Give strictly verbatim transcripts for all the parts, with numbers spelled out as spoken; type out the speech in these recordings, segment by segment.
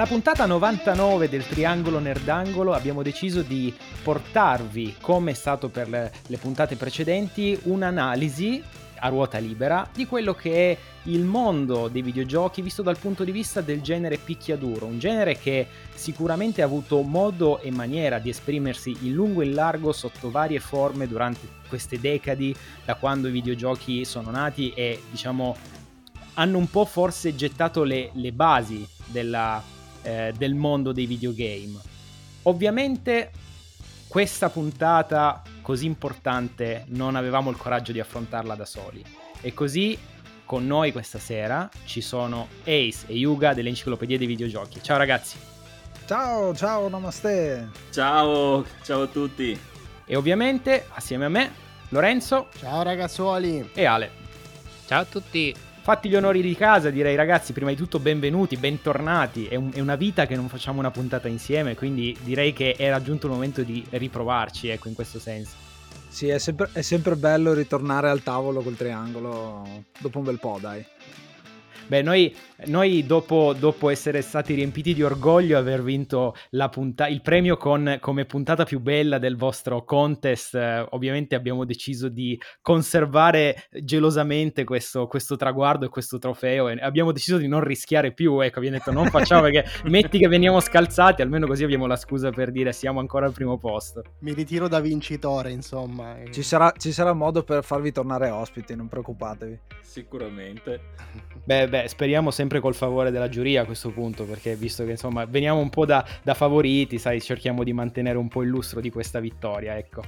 puntata novantanove del Triangolo Nerdangolo abbiamo deciso di portarvi, come è stato per le, le puntate precedenti, un'analisi a ruota libera di quello che è il mondo dei videogiochi visto dal punto di vista del genere picchiaduro, un genere che sicuramente ha avuto modo e maniera di esprimersi in lungo e in largo sotto varie forme durante queste decadi, da quando i videogiochi sono nati e diciamo hanno un po' forse gettato le, le basi della, eh, del mondo dei videogame. Ovviamente questa puntata così importante non avevamo il coraggio di affrontarla da soli, e così con noi questa sera ci sono Ace e Yuga dell'Enciclopedia dei Videogiochi. Ciao ragazzi. Ciao, ciao, namaste. Ciao, ciao a tutti. E ovviamente assieme a me Lorenzo. Ciao ragazzuoli. E Ale. Ciao a tutti. Fatti gli onori di casa, direi ragazzi, prima di tutto benvenuti, bentornati, è, un, è una vita che non facciamo una puntata insieme, quindi direi che è raggiunto il momento di riprovarci, ecco, in questo senso. Sì, è sempre, è sempre bello ritornare al tavolo col triangolo dopo un bel po', dai. Beh, noi, noi dopo, dopo essere stati riempiti di orgoglio aver vinto la punta- il premio con, come puntata più bella del vostro contest, eh, ovviamente abbiamo deciso di conservare gelosamente questo, questo traguardo e questo trofeo, e abbiamo deciso di non rischiare più, ecco, abbiamo detto non facciamo perché metti che veniamo scalzati, almeno così abbiamo la scusa per dire siamo ancora al primo posto. Mi ritiro da vincitore, insomma. Ci sarà, ci sarà modo per farvi tornare ospiti, non preoccupatevi. Sicuramente. Beh, beh, speriamo sempre col favore della giuria a questo punto, perché visto che insomma veniamo un po' da, da favoriti, sai, cerchiamo di mantenere un po' il lustro di questa vittoria, ecco.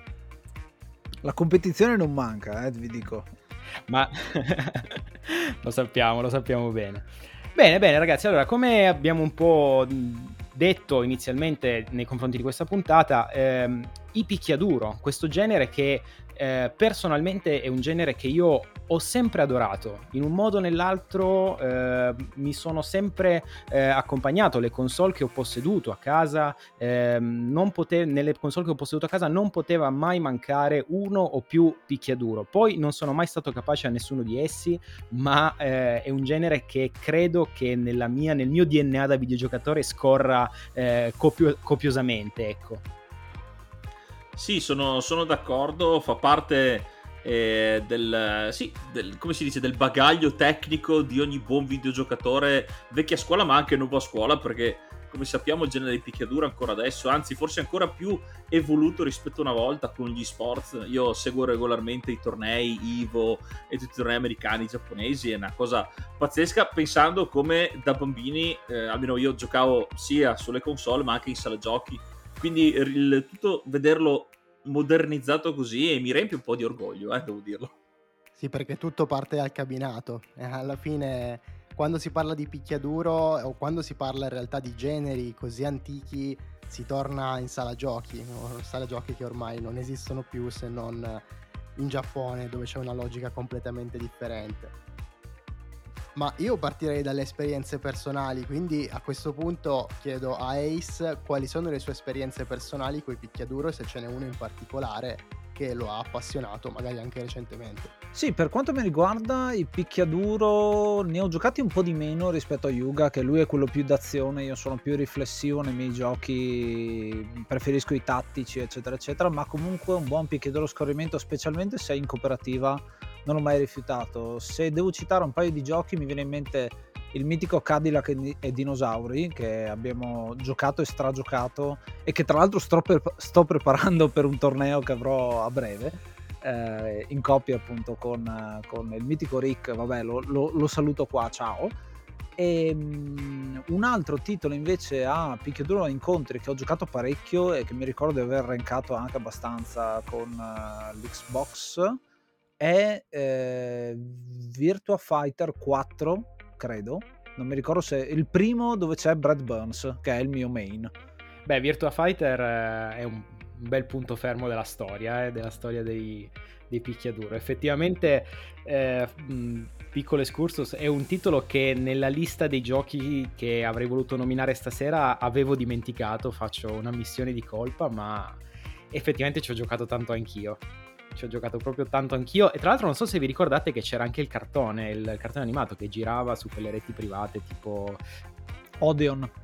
La competizione non manca, eh, vi dico. Ma lo sappiamo, lo sappiamo bene. Bene, bene ragazzi, allora come abbiamo un po' detto inizialmente nei confronti di questa puntata, ehm, i picchiaduro, questo genere che eh, personalmente è un genere che io ho sempre adorato, in un modo o nell'altro eh, mi sono sempre eh, accompagnato. Le console che ho posseduto a casa, eh, non pote- nelle console che ho posseduto a casa non poteva mai mancare uno o più picchiaduro. Poi non sono mai stato capace a nessuno di essi, ma eh, è un genere che credo che nella mia, nel mio D N A da videogiocatore scorra eh, copio- copiosamente, ecco. Sì, sono, sono d'accordo, fa parte eh, del, sì, del, come si dice, del bagaglio tecnico di ogni buon videogiocatore vecchia scuola, ma anche nuova scuola, perché come sappiamo il genere di picchiaduro ancora adesso, anzi forse ancora più evoluto rispetto a una volta con gli sport. Io seguo regolarmente i tornei Evo e tutti i tornei americani, giapponesi, è una cosa pazzesca, pensando come da bambini, eh, almeno io giocavo sia sulle console ma anche in sala giochi. Quindi il tutto vederlo modernizzato così e mi riempie un po' di orgoglio, eh, devo dirlo. Sì, perché tutto parte dal cabinato. E alla fine, quando si parla di picchiaduro o quando si parla in realtà di generi così antichi, si torna in sala giochi, no? Sala giochi che ormai non esistono più se non in Giappone, dove c'è una logica completamente differente. Ma io partirei dalle esperienze personali, quindi a questo punto chiedo a Ace quali sono le sue esperienze personali coi picchiaduro e se ce n'è uno in particolare che lo ha appassionato, magari anche recentemente. Sì, per quanto mi riguarda i picchiaduro ne ho giocati un po' di meno rispetto a Yuga, che lui è quello più d'azione, io sono più riflessivo nei miei giochi, preferisco i tattici eccetera eccetera, ma comunque un buon picchiaduro scorrimento, specialmente se è in cooperativa, non ho mai rifiutato. Se devo citare un paio di giochi mi viene in mente il mitico Cadillac e Dinosauri, che abbiamo giocato e stragiocato e che tra l'altro sto, pre- sto preparando per un torneo che avrò a breve, eh, in coppia appunto con, con il mitico Rick, vabbè lo, lo, lo saluto qua, ciao. E um, un altro titolo invece a picchiaduro incontri che ho giocato parecchio e che mi ricordo di aver rankato anche abbastanza con uh, l'Xbox è eh, Virtua Fighter quattro, credo, non mi ricordo se il primo, dove c'è Brad Burns, che è il mio main. Beh, Virtua Fighter eh, è un bel punto fermo della storia, eh, della storia dei, dei picchiaduro. Effettivamente, eh, mh, piccolo excursus, è un titolo che nella lista dei giochi che avrei voluto nominare stasera avevo dimenticato, faccio una missione di colpa, ma effettivamente ci ho giocato tanto anch'io. Ci ho giocato proprio tanto anch'io, e tra l'altro non so se vi ricordate che c'era anche il cartone, il cartone animato che girava su quelle reti private tipo Odeon.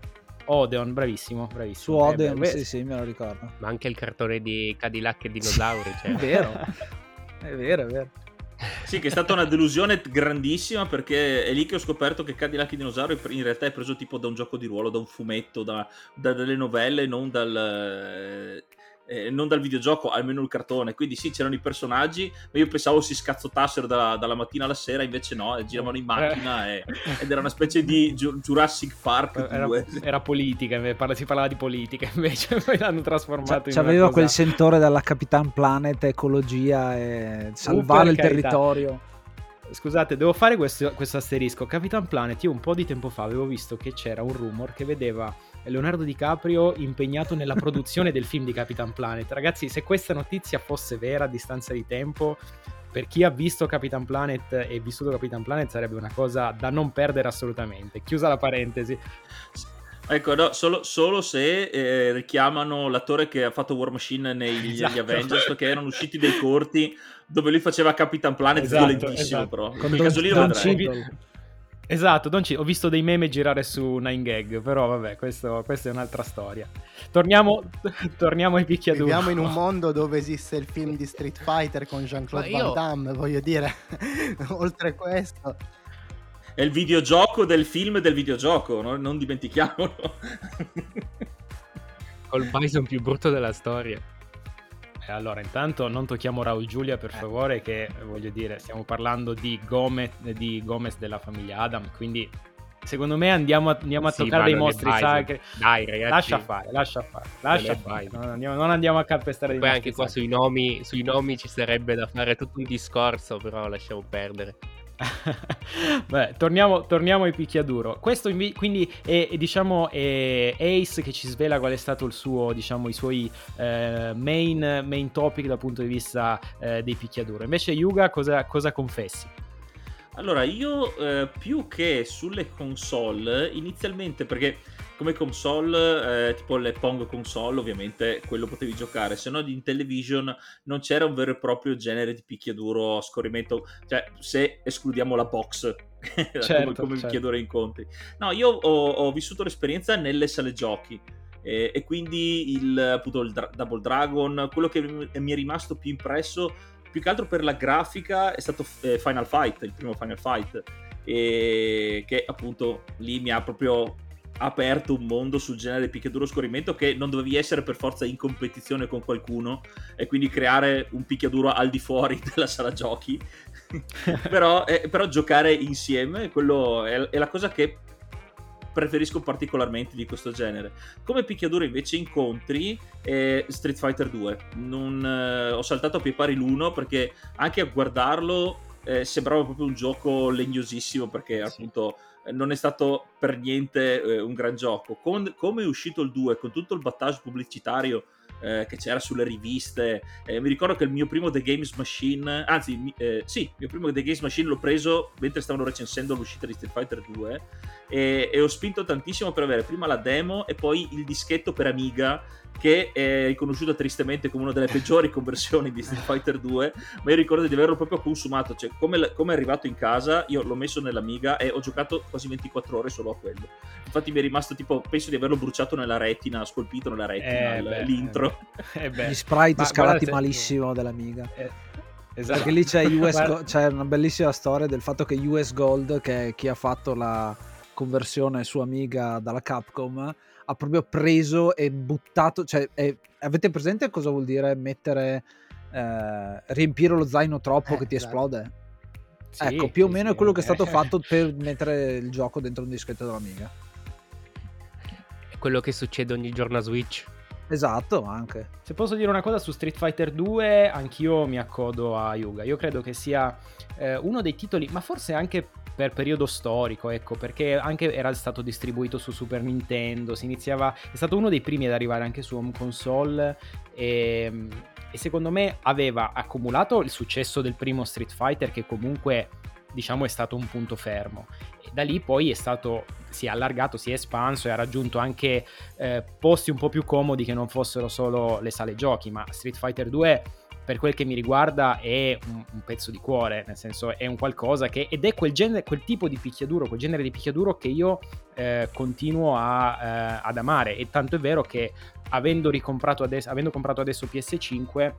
Odeon, bravissimo, bravissimo. Su Eh, Odeon, beh, sì, sì, me lo ricordo. Ma anche il cartone di Cadillac e dinosauri, cioè. È vero, è vero, è vero. Sì, che è stata una delusione grandissima, perché è lì che ho scoperto che Cadillac e Dinosauri in realtà è preso tipo da un gioco di ruolo, da un fumetto, da, da delle novelle, non dal, eh, non dal videogioco, almeno il cartone. Quindi sì, c'erano i personaggi, ma io pensavo si scazzottassero da, dalla mattina alla sera, invece no, giravano in macchina e, ed era una specie di Ju- Jurassic Park era, due. era politica, invece, parla- si parlava di politica, invece poi l'hanno trasformato in una C'aveva cosa... quel sentore della Capitan Planet, ecologia e salvare Uh, il per carità. territorio. Scusate, devo fare questo, questo asterisco. Capitan Planet, io un po' di tempo fa avevo visto che c'era un rumor che vedeva Leonardo DiCaprio impegnato nella produzione del film di Capitan Planet. Ragazzi, se questa notizia fosse vera a distanza di tempo, per chi ha visto Capitan Planet e vissuto Capitan Planet sarebbe una cosa da non perdere assolutamente. Chiusa la parentesi. Ecco, no, solo, solo se eh, richiamano l'attore che ha fatto War Machine negli Esatto. Avengers, perché erano usciti dei corti dove lui faceva Capitan Planet, Esatto, violentissimo, esatto. però. In Con quel Don- caso lì lo Don vedrei. Cheadle. Esatto, Don C- ho visto dei meme girare su nine gag, però vabbè, questo, questa è un'altra storia. Torniamo, torniamo ai picchiaduro. Viviamo in un mondo dove esiste il film di Street Fighter con Jean-Claude Ma io- Van Damme, voglio dire, oltre questo. È il videogioco del film del videogioco, no? Non dimentichiamolo. Col bison più brutto della storia. Eh, Allora, intanto non tocchiamo Raul Julia, per favore, che eh, voglio dire, stiamo parlando di Gomez, di Gomez della famiglia Adam, quindi secondo me andiamo a, andiamo a Sì, toccare ma dei non è mostri bison. sacri. Dai, ragazzi. Lascia fare, lascia fare, lascia è fare. bison. Non andiamo, non andiamo a calpestare dei Poi mostri anche qua sacri. sui nomi, sui nomi ci sarebbe da fare tutto un discorso, però lasciamo perdere. Beh, torniamo, torniamo ai picchiaduro. Questo invi- quindi è, è, diciamo è Ace che ci svela qual è stato il suo, diciamo, i suoi eh, main, main topic dal punto di vista eh, dei picchiaduro. Invece Yuga cosa, cosa confessi? Allora, io eh, più che sulle console, inizialmente, perché come console, eh, tipo le Pong console, ovviamente quello potevi giocare, se no in television non c'era un vero e proprio genere di picchiaduro a scorrimento, cioè se escludiamo la box Certo, come, come certo. picchiaduro incontri. No, io ho, ho vissuto l'esperienza nelle sale giochi. E, e quindi il, appunto, il Dra- Double Dragon, quello che mi mi è rimasto più impresso più che altro per la grafica è stato eh, Final Fight, il primo Final Fight, e che appunto lì mi ha proprio aperto un mondo sul genere picchiaduro scorrimento, che non dovevi essere per forza in competizione con qualcuno e quindi creare un picchiaduro al di fuori della sala giochi però, eh, però giocare insieme, quello è, è la cosa che preferisco particolarmente di questo genere. Come picchiaduro invece incontri eh, Street Fighter due. Non, eh, ho saltato a piedi pari l'uno perché anche a guardarlo eh, sembrava proprio un gioco legnosissimo, perché Sì. appunto eh, non è stato per niente eh, un gran gioco. Con, come è uscito il due, con tutto il battage pubblicitario eh, che c'era sulle riviste, eh, mi ricordo che il mio primo The Games Machine, anzi mi- eh, sì, il mio primo The Games Machine l'ho preso mentre stavano recensendo l'uscita di Street Fighter due, e, e ho spinto tantissimo per avere prima la demo e poi il dischetto per Amiga, che è riconosciuta tristemente come una delle peggiori conversioni di Street Fighter due, ma io ricordo di averlo proprio consumato, cioè come, come è arrivato in casa io l'ho messo nell'Amiga e ho giocato quasi ventiquattro ore solo a quello. Infatti mi è rimasto tipo, penso di averlo bruciato nella retina, scolpito nella retina Eh, l- beh, l'intro. Eh beh. Gli sprite Ma scalati guardate- malissimo dell'Amiga. Eh, esatto. Perché lì c'è, U S Guarda- Go- c'è una bellissima storia del fatto che U S Gold, che è chi ha fatto la conversione su Amiga dalla Capcom, ha proprio preso e buttato, cioè è- avete presente cosa vuol dire mettere eh, riempire lo zaino troppo Eh, che ti esatto. esplode? Sì, Ecco, più o sì, meno sì, è quello che è vabbè. stato fatto per mettere il gioco dentro un dischetto dell'Amiga. È quello che succede ogni giorno a Switch. Esatto, anche. Se posso dire una cosa su Street Fighter due, anch'io mi accodo a Yuga. Io credo che sia eh, uno dei titoli, ma forse anche per periodo storico, ecco, perché anche era stato distribuito su Super Nintendo, si iniziava, è stato uno dei primi ad arrivare anche su home console e, e secondo me aveva accumulato il successo del primo Street Fighter, che comunque diciamo è stato un punto fermo, e da lì poi è stato, si è allargato, si è espanso e ha raggiunto anche eh, posti un po' più comodi che non fossero solo le sale giochi, ma Street Fighter due per quel che mi riguarda è un, un pezzo di cuore, nel senso è un qualcosa che, ed è quel genere, quel tipo di picchiaduro, quel genere di picchiaduro che io eh, continuo a, eh, ad amare, e tanto è vero che avendo ricomprato adesso, avendo comprato adesso P S cinque,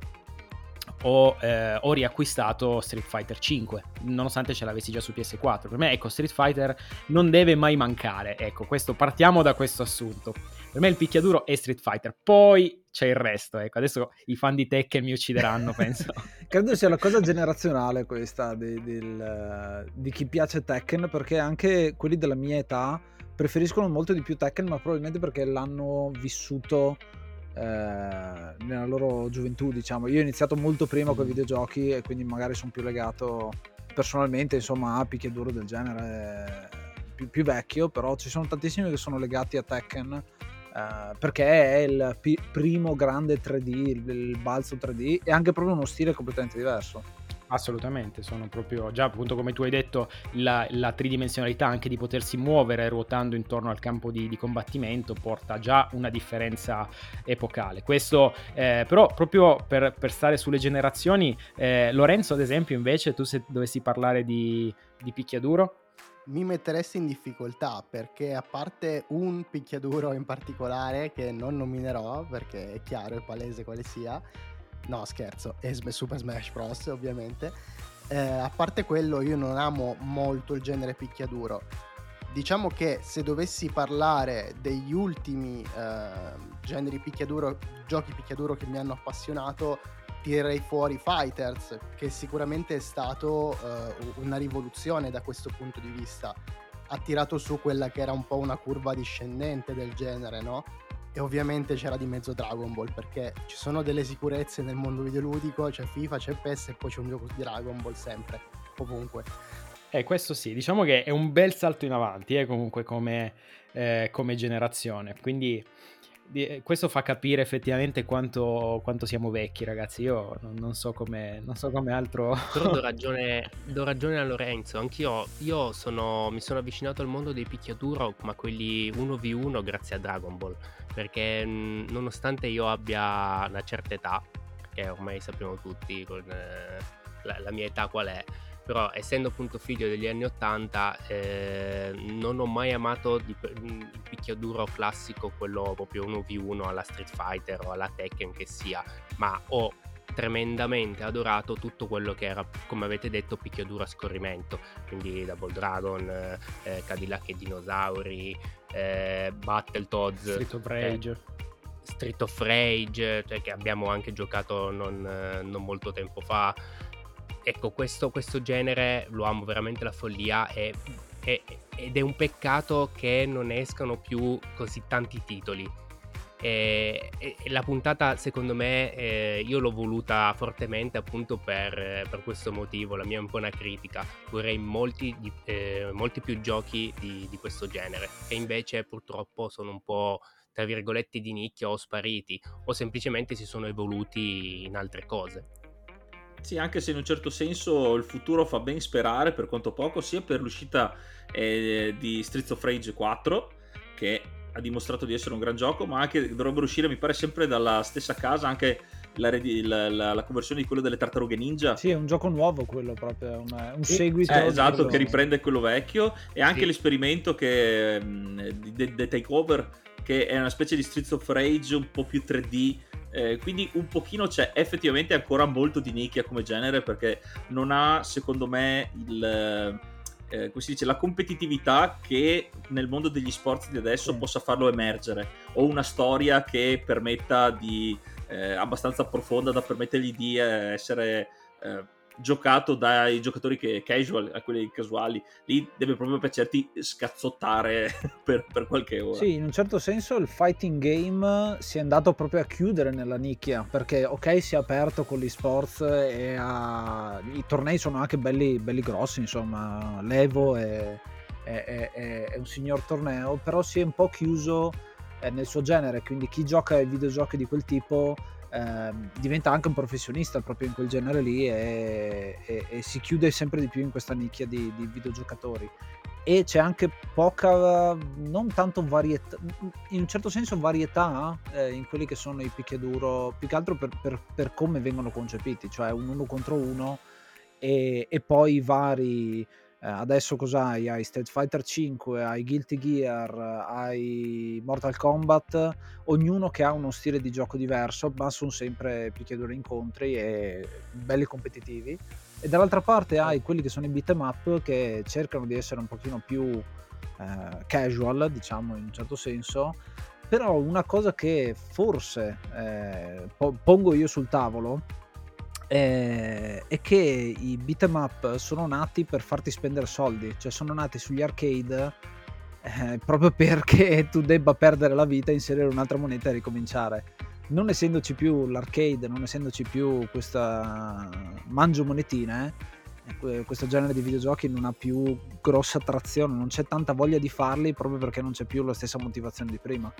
ho, eh, ho riacquistato Street Fighter cinque, nonostante ce l'avessi già su P S quattro. Per me, ecco, Street Fighter non deve mai mancare, ecco, questo, partiamo da questo assunto. Per me il picchiaduro è Street Fighter, poi c'è il resto, ecco. Adesso i fan di Tekken mi uccideranno, penso. Credo sia una cosa generazionale questa di, del, di chi piace Tekken, perché anche quelli della mia età preferiscono molto di più Tekken, ma probabilmente perché l'hanno vissuto eh, nella loro gioventù, diciamo. Io ho iniziato molto prima con i videogiochi e quindi magari sono più legato personalmente, insomma, a picchiaduro del genere più, più vecchio, però ci sono tantissimi che sono legati a Tekken Uh, perché è il p- primo grande tre D, il, il balzo tre D, e anche proprio uno stile completamente diverso. Assolutamente, sono proprio, già appunto come tu hai detto, la, la tridimensionalità anche di potersi muovere ruotando intorno al campo di, di combattimento porta già una differenza epocale. Questo eh, però proprio per, per stare sulle generazioni, eh, Lorenzo ad esempio, invece, tu se dovessi parlare di, di picchiaduro? Mi metteresti in difficoltà, perché a parte un picchiaduro in particolare che non nominerò perché è chiaro e palese quale sia, no scherzo, è Super Smash Bros ovviamente, eh, a parte quello io non amo molto il genere picchiaduro. Diciamo che se dovessi parlare degli ultimi eh, generi picchiaduro, giochi picchiaduro che mi hanno appassionato, tirerei fuori Fighters, che sicuramente è stato uh, una rivoluzione da questo punto di vista. Ha tirato su quella che era un po' una curva discendente del genere, no? E ovviamente c'era di mezzo Dragon Ball, perché ci sono delle sicurezze nel mondo videoludico, c'è FIFA, c'è P E S e poi c'è un gioco di Dragon Ball sempre, ovunque. Eh, questo sì, diciamo che è un bel salto in avanti, eh, comunque come, eh, come generazione, quindi questo fa capire effettivamente quanto, quanto siamo vecchi, ragazzi. Io non, non so come non so come altro. Però do ragione, do ragione a Lorenzo. Anch'io io sono, mi sono avvicinato al mondo dei picchiaduro, ma quelli uno vu uno grazie a Dragon Ball, perché mh, nonostante io abbia una certa età, che ormai sappiamo tutti con eh, la, la mia età qual è, però essendo appunto figlio degli anni ottanta eh, non ho mai amato di, il picchiaduro classico, quello proprio uno vu uno alla Street Fighter o alla Tekken che sia, ma ho tremendamente adorato tutto quello che era, come avete detto, picchiaduro a scorrimento, quindi Double Dragon, eh, Cadillac e Dinosauri, eh, Battletoads, Street of Rage, eh, Street of Rage, cioè che abbiamo anche giocato non, non molto tempo fa. Ecco, questo, questo genere lo amo veramente la follia, e, e, ed è un peccato che non escano più così tanti titoli. E, e, e la puntata, secondo me, eh, io l'ho voluta fortemente appunto per, per questo motivo. La mia è un po' una critica. Vorrei molti, di, eh, molti più giochi di, di questo genere, che invece purtroppo sono un po', tra virgolette, di nicchia, o spariti, o semplicemente si sono evoluti in altre cose. Sì, anche se in un certo senso il futuro fa ben sperare, per quanto poco, sia per l'uscita eh, di Streets of Rage quattro, che ha dimostrato di essere un gran gioco, ma anche dovrebbero uscire, mi pare, sempre dalla stessa casa anche la, la, la, la conversione di quello delle Tartarughe Ninja. Sì, è un gioco nuovo quello, proprio un, un seguito. Eh, esatto, quello... che riprende quello vecchio, e anche sì. l'esperimento che di The, The Takeover, che è una specie di Streets of Rage un po' più tre D. Eh, quindi un pochino c'è effettivamente ancora molto di nicchia come genere, perché non ha, secondo me, il eh, come si dice, la competitività che nel mondo degli sport di adesso sì. possa farlo emergere, o una storia che permetta di eh, abbastanza profonda da permettergli di eh, essere eh, giocato dai giocatori che casual, a quelli casuali. Lì deve proprio piacerti scazzottare per, per qualche ora. Sì, in un certo senso il fighting game si è andato proprio a chiudere nella nicchia, perché ok, si è aperto con gli sports e ha... i tornei sono anche belli, belli grossi, insomma, l'Evo è, è, è, è un signor torneo, però si è un po' chiuso eh, nel suo genere, quindi chi gioca ai videogiochi di quel tipo Eh, diventa anche un professionista proprio in quel genere lì, e, e, e si chiude sempre di più in questa nicchia di, di videogiocatori. e c'è anche poca, non tanto varietà, in un certo senso varietà eh, in quelli che sono i picchiaduro, più che altro per, per, per come vengono concepiti, cioè un uno contro uno e, e poi i vari, eh, adesso cos'hai? Hai Street Fighter cinque, hai Guilty Gear, hai Mortal Kombat, ognuno che ha uno stile di gioco diverso, ma sono sempre picchiaduro incontri e belli competitivi. E dall'altra parte hai quelli che sono i beat'em up che cercano di essere un pochino più eh, casual, diciamo in un certo senso, però una cosa che forse eh, po- pongo io sul tavolo eh, è che i beat'em up sono nati per farti spendere soldi, cioè sono nati sugli arcade eh, proprio perché tu debba perdere la vita, inserire un'altra moneta e ricominciare. Non essendoci più l'arcade, non essendoci più questa mangio monetine, eh, questo genere di videogiochi non ha più grossa attrazione, non c'è tanta voglia di farli proprio perché non c'è più la stessa motivazione di prima.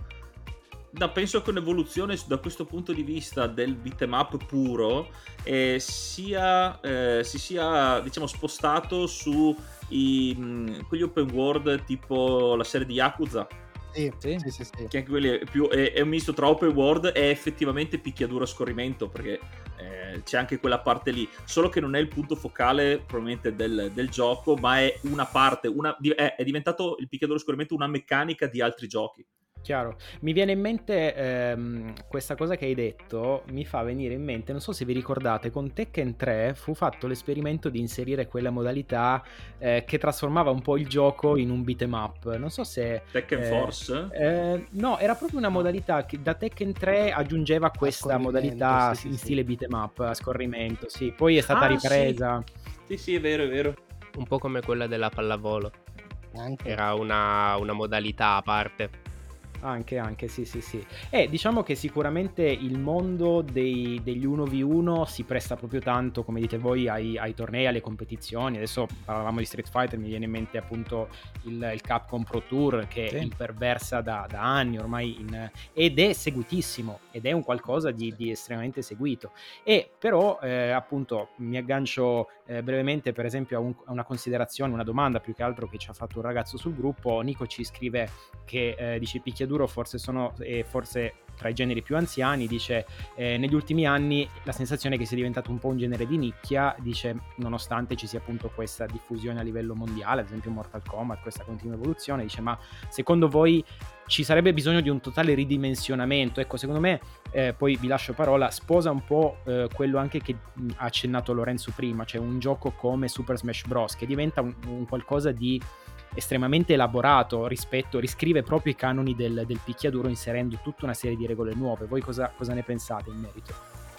No, penso che un'evoluzione da questo punto di vista del beat'em up puro eh, sia, eh, si sia diciamo spostato su i, mh, quegli open world tipo la serie di Yakuza. Sì, Sì. sì, sì, sì. Che anche quelli è, più, è, è un misto tra open world e effettivamente picchiaduro a scorrimento, perché eh, c'è anche quella parte lì, solo che non è il punto focale probabilmente del, del gioco, ma è una parte, una, è, è diventato il picchiaduro a scorrimento una meccanica di altri giochi. Chiaro, mi viene in mente ehm, questa cosa che hai detto, mi fa venire in mente, non so se vi ricordate, con Tekken tre fu fatto l'esperimento di inserire quella modalità eh, che trasformava un po' il gioco in un beat'em up, non so se... Tekken eh, Force? Eh, no, era proprio una modalità che da Tekken tre aggiungeva questa modalità sì, sì, in sì. stile beat'em up, a scorrimento, sì, poi è stata Ah, ripresa. Sì, sì, è vero, è vero. Un po' come quella della pallavolo. Anche. Era una, una modalità a parte. Anche, anche, sì, sì, sì. E diciamo che sicuramente il mondo dei, degli uno vu uno si presta proprio tanto, come dite voi, ai, ai tornei, alle competizioni. Adesso parlavamo di Street Fighter, mi viene in mente appunto il, il Capcom Pro Tour che Sì. imperversa da, da anni ormai in, ed è seguitissimo, ed è un qualcosa di, di estremamente seguito. E però eh, appunto mi aggancio eh, brevemente per esempio a, un, a una considerazione, una domanda più che altro che ci ha fatto un ragazzo sul gruppo. Nico ci scrive che eh, dice picchiaduro forse sono eh, forse tra i generi più anziani, dice eh, negli ultimi anni la sensazione è che sia diventato un po' un genere di nicchia, dice nonostante ci sia appunto questa diffusione a livello mondiale, ad esempio Mortal Kombat, questa continua evoluzione, dice ma secondo voi ci sarebbe bisogno di un totale ridimensionamento? Ecco, secondo me eh, poi vi lascio parola, sposa un po' eh, quello anche che mh, ha accennato Lorenzo prima, cioè un gioco come Super Smash Bros che diventa un, un qualcosa di estremamente elaborato rispetto, riscrive proprio i canoni del, del picchiaduro inserendo tutta una serie di regole nuove. Voi cosa, cosa ne pensate in merito?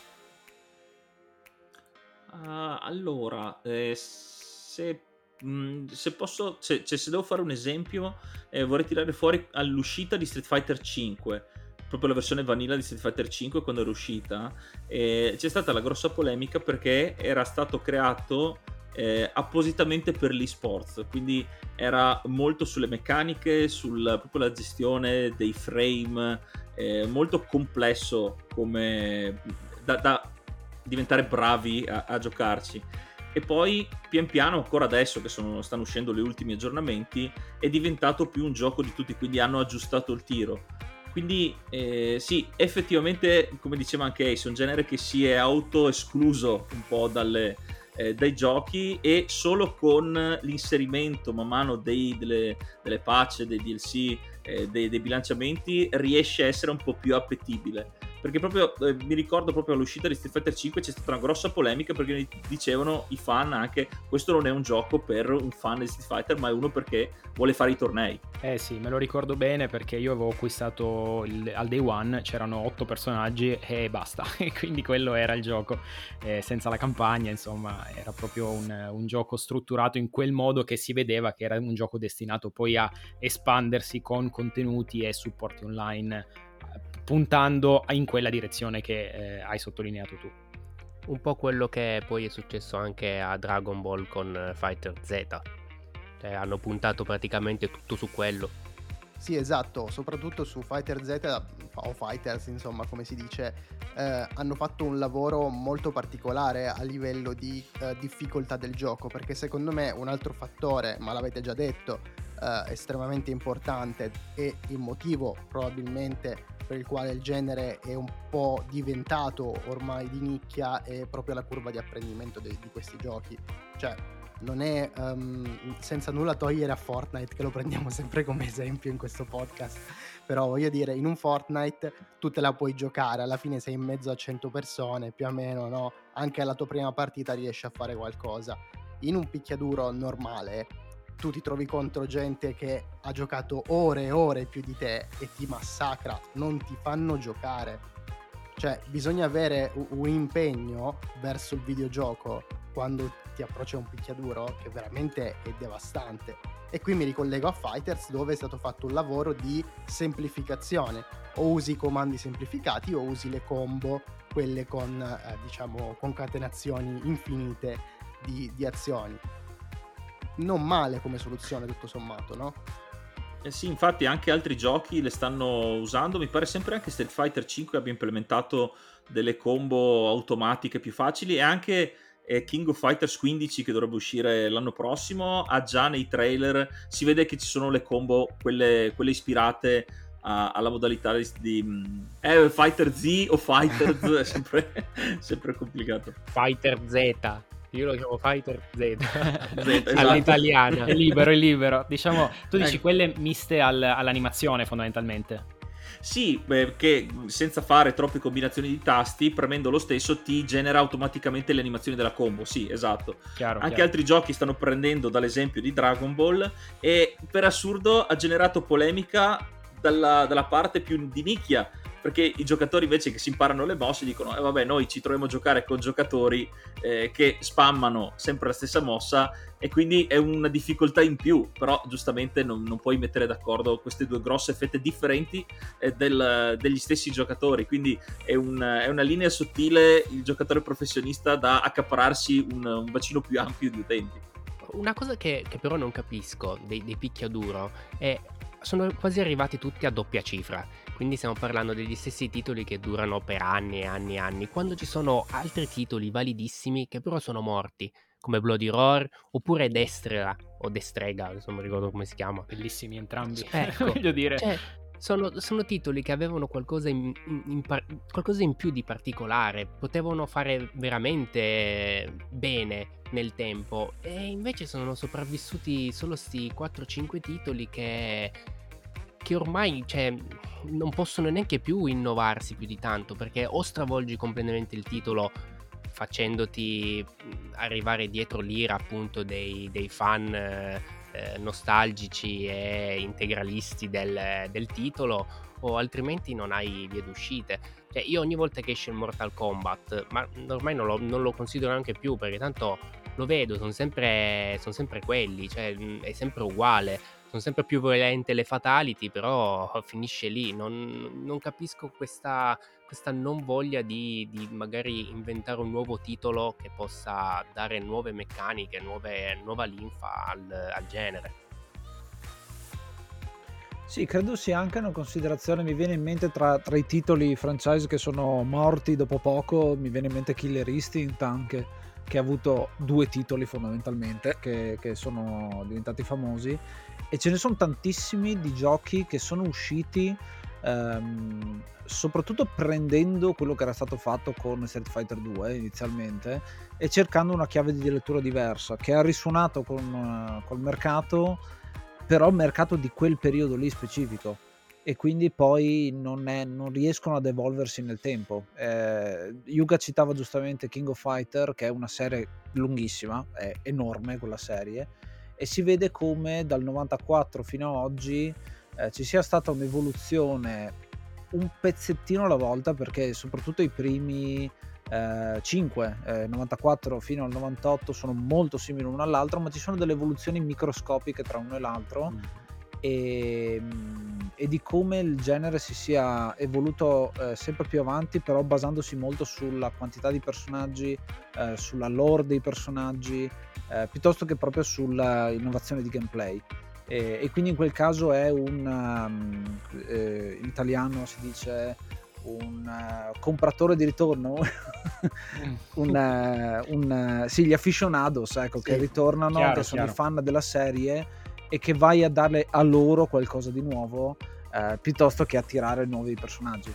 Uh, allora, eh, se, mh, se posso, se, cioè, se devo fare un esempio, eh, vorrei tirare fuori all'uscita di Street Fighter cinque, proprio la versione vanilla di Street Fighter cinque quando era uscita, eh, c'è stata la grossa polemica perché era stato creato Eh, appositamente per l'e-sports, quindi era molto sulle meccaniche, sulla proprio la gestione dei frame, eh, molto complesso come da, da diventare bravi a, a giocarci. E poi pian piano, ancora adesso che sono, stanno uscendo gli ultimi aggiornamenti, è diventato più un gioco di tutti, quindi hanno aggiustato il tiro. Quindi eh, sì, effettivamente, come diceva anche Ace, è un genere che si è auto-escluso un po' dalle Eh, dai giochi, e solo con l'inserimento man mano dei, delle, delle patch, dei D L C, eh, dei, dei bilanciamenti riesce a essere un po' più appetibile. Perché proprio eh, mi ricordo proprio all'uscita di Street Fighter cinque c'è stata una grossa polemica perché dicevano i fan anche questo non è un gioco per un fan di Street Fighter ma è uno perché vuole fare i tornei. Eh sì, me lo ricordo bene perché io avevo acquistato il, al day one, c'erano otto personaggi e basta, e quindi quello era il gioco, eh, senza la campagna, insomma era proprio un, un gioco strutturato in quel modo che si vedeva che era un gioco destinato poi a espandersi con contenuti e supporti online, puntando in quella direzione che eh, hai sottolineato tu. Un po' quello che poi è successo anche a Dragon Ball con Fighter Z, cioè hanno puntato praticamente tutto su quello. Sì, esatto, soprattutto su Fighter Z o Fighters, insomma, come si dice, eh, hanno fatto un lavoro molto particolare a livello di eh, difficoltà del gioco, perché secondo me un altro fattore, ma l'avete già detto, eh, estremamente importante e il motivo probabilmente per il quale il genere è un po' diventato ormai di nicchia è proprio la curva di apprendimento de- di questi giochi. Cioè, non è um, senza nulla togliere a Fortnite, che lo prendiamo sempre come esempio in questo podcast, però voglio dire, in un Fortnite tu te la puoi giocare, alla fine sei in mezzo a cento persone più o meno, no? Anche alla tua prima partita riesci a fare qualcosa. In un picchiaduro normale tu ti trovi contro gente che ha giocato ore e ore più di te e ti massacra, non ti fanno giocare. Cioè, bisogna avere un impegno verso il videogioco quando ti approccia un picchiaduro che veramente è devastante. E qui mi ricollego a Fighters, dove è stato fatto un lavoro di semplificazione. O usi i comandi semplificati o usi le combo, quelle con eh, diciamo concatenazioni infinite di, di azioni. Non male come soluzione, tutto sommato, no? Eh sì, infatti anche altri giochi le stanno usando. Mi pare sempre anche Street Fighter cinque abbia implementato delle combo automatiche più facili, e anche eh, King of Fighters quindici, che dovrebbe uscire l'anno prossimo, ha già nei trailer, si vede che ci sono le combo, quelle, quelle ispirate a, alla modalità di, di eh, Fighter Z o Fighters, è sempre, sempre complicato. Fighter Z. Io lo chiamo Fighter Z, Z, esatto. all'italiana. È libero, è libero. Diciamo, tu dici Ecco. quelle miste al- all'animazione fondamentalmente. Sì, perché senza fare troppe combinazioni di tasti, premendo lo stesso ti genera automaticamente le animazioni della combo. Sì, esatto. Chiaro, Anche chiaro. altri giochi stanno prendendo dall'esempio di Dragon Ball, e per assurdo ha generato polemica dalla, dalla parte più di nicchia, perché i giocatori invece che si imparano le mosse dicono eh vabbè, noi ci troviamo a giocare con giocatori eh, che spammano sempre la stessa mossa, e quindi è una difficoltà in più. Però giustamente non, non puoi mettere d'accordo queste due grosse fette differenti eh, del, degli stessi giocatori, quindi è, un, è una linea sottile il giocatore professionista da accapararsi un, un bacino più ampio di utenti. Una cosa che, che però non capisco dei, dei picchiaduro è sono quasi arrivati tutti a doppia cifra, quindi stiamo parlando degli stessi titoli che durano per anni e anni e anni, quando ci sono altri titoli validissimi che però sono morti, come Bloody Roar oppure Destra o Destrega, adesso non mi ricordo come si chiama. Bellissimi entrambi. Ecco, voglio dire. Cioè, sono, sono titoli che avevano qualcosa in, in- in par- qualcosa in più di particolare, potevano fare veramente bene nel tempo, e invece sono sopravvissuti solo sti quattro cinque titoli che, che ormai, cioè, non possono neanche più innovarsi più di tanto, perché o stravolgi completamente il titolo facendoti mh, arrivare dietro l'ira appunto dei, dei fan eh, eh, nostalgici e integralisti del, del titolo, o altrimenti non hai vie d'uscite. Cioè, io ogni volta che esce il Mortal Kombat, ma ormai non lo, non lo considero neanche più, perché tanto lo vedo, sono sempre, sono sempre quelli, cioè mh, è sempre uguale, sono sempre più violente le fatality, però finisce lì. Non, non capisco questa, questa non voglia di, di magari inventare un nuovo titolo che possa dare nuove meccaniche, nuove, nuova linfa al, al genere. Sì, credo sia anche una considerazione. Mi viene in mente tra, tra i titoli franchise che sono morti dopo poco, mi viene in mente Killer Instinct anche, che ha avuto due titoli fondamentalmente che, che sono diventati famosi, e ce ne sono tantissimi di giochi che sono usciti ehm, soprattutto prendendo quello che era stato fatto con Street Fighter due inizialmente e cercando una chiave di lettura diversa che ha risuonato con, uh, col mercato, però il mercato di quel periodo lì specifico, e quindi poi non, è, non riescono ad evolversi nel tempo. eh, Yuga citava giustamente King of Fighter, che è una serie lunghissima, è enorme quella serie, e si vede come dal novantaquattro fino ad oggi eh, ci sia stata un'evoluzione un pezzettino alla volta, perché soprattutto i primi eh, cinque, eh, novantaquattro fino al novantotto sono molto simili l'uno all'altro, ma ci sono delle evoluzioni microscopiche tra uno e l'altro. Mm. E, e di come il genere si sia evoluto eh, sempre più avanti, però basandosi molto sulla quantità di personaggi, eh, sulla lore dei personaggi, eh, piuttosto che proprio sulla innovazione di gameplay. e, e quindi in quel caso è un um, eh, in italiano si dice un uh, compratore di ritorno un, uh, un uh, sì, gli aficionados, ecco, sì, che ritornano, chiaro, che sono chiaro. I fan della serie, e che vai a darle a loro qualcosa di nuovo uh, piuttosto che attirare nuovi personaggi.